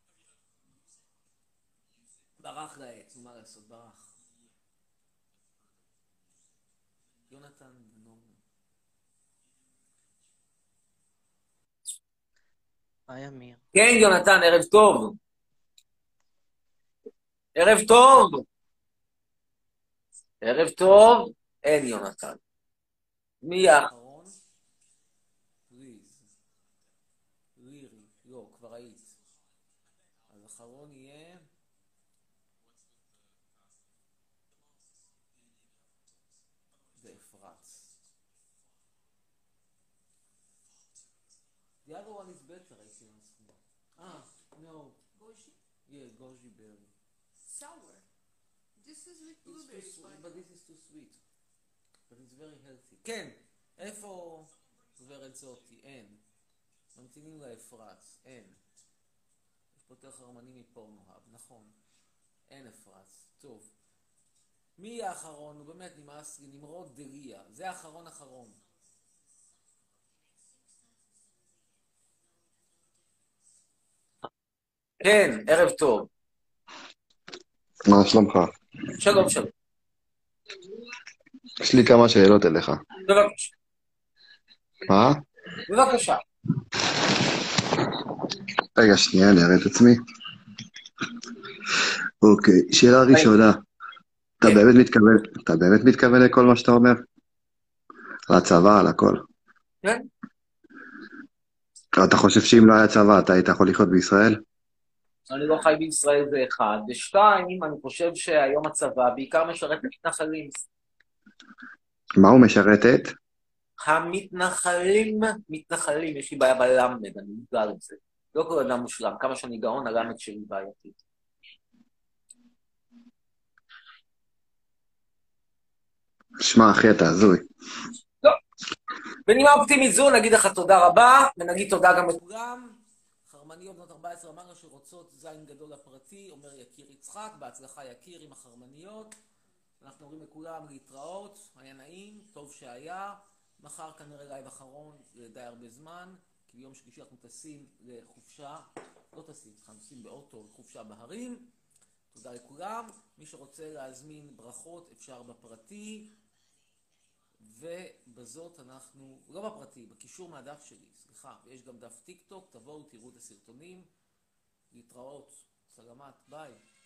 Speaker 1: ברח לעץ, מה לעשות, ברח. יונתן,
Speaker 8: היי אמיר.
Speaker 10: כן, יונתן, ערב טוב. ערב טוב. ערב טוב. אין יונתן. מי
Speaker 1: האחרון? לירי. לא, כבר היית. אז האחרון יהיה... זה אפרץ. The other one is better, I think. No.
Speaker 5: Goji?
Speaker 1: Yeah, goji berry.
Speaker 5: Sour. This is with blueberries.
Speaker 1: But this is too sweet. But it's very healthy. כן, איפה גברת זאתי? אין. ממתינים לאפרץ. אין. יש פה יותר חרמנים מפורנוהב, נכון. אין אפרץ. טוב. מי האחרון? הוא באמת נמאס לי. נמרוד דליה. זה האחרון.
Speaker 10: כן, ערב טוב.
Speaker 13: מה שלומך?
Speaker 10: שלום.
Speaker 13: יש לי כמה שאלות אליך.
Speaker 10: בבקשה.
Speaker 13: מה?
Speaker 10: בבקשה.
Speaker 13: רגע, שנייה, אני אראה את עצמי. אוקיי, שאלה ראשונה. אתה באמת מתכוון לכל מה שאתה אומר? על הצבא, על הכל.
Speaker 10: כן.
Speaker 13: אתה חושב שאם לא היה צבא, אתה היית יכול לחיות בישראל?
Speaker 10: אני לא חי בישראל זה אחד. ושתיים, אני חושב שהיום הצבא בעיקר משרת מתנחלים.
Speaker 13: מה הוא משרת את?
Speaker 10: המתנחלים, יש לי בעיה בלמד, אני מודע לזה. לא כל אדם מושלם. כמה שאני גאון, הלמד שלי בעייתית.
Speaker 13: שמע, אחי, אתה הזוי.
Speaker 10: לא. בנימה אופטימית זו, נגיד לך תודה רבה, ונגיד תודה גם לכולם. חרמניות בנות 14 אמרנו שרוצות זין גדול לפרטי, אומר יקיר יצחק, בהצלחה יקיר עם החרמניות. אנחנו אומרים לכולם להתראות, היה נעים, טוב שהיה. מחר כנראה לייב אחרון, זה די הרבה זמן, כי ביום שלישי אנחנו טסים לחופשה, לא טסים, אנחנו טסים באוטו לחופשה בהרים. תודה לכולם. מי שרוצה להזמין ברכות אפשר בפרטי, ובזאת אנחנו, לא בפרטי, בקישור מהדף שלי, סליחה, ויש גם דף טיק טוק, תבואו תראו את הסרטונים. להתראות, סלמת, ביי.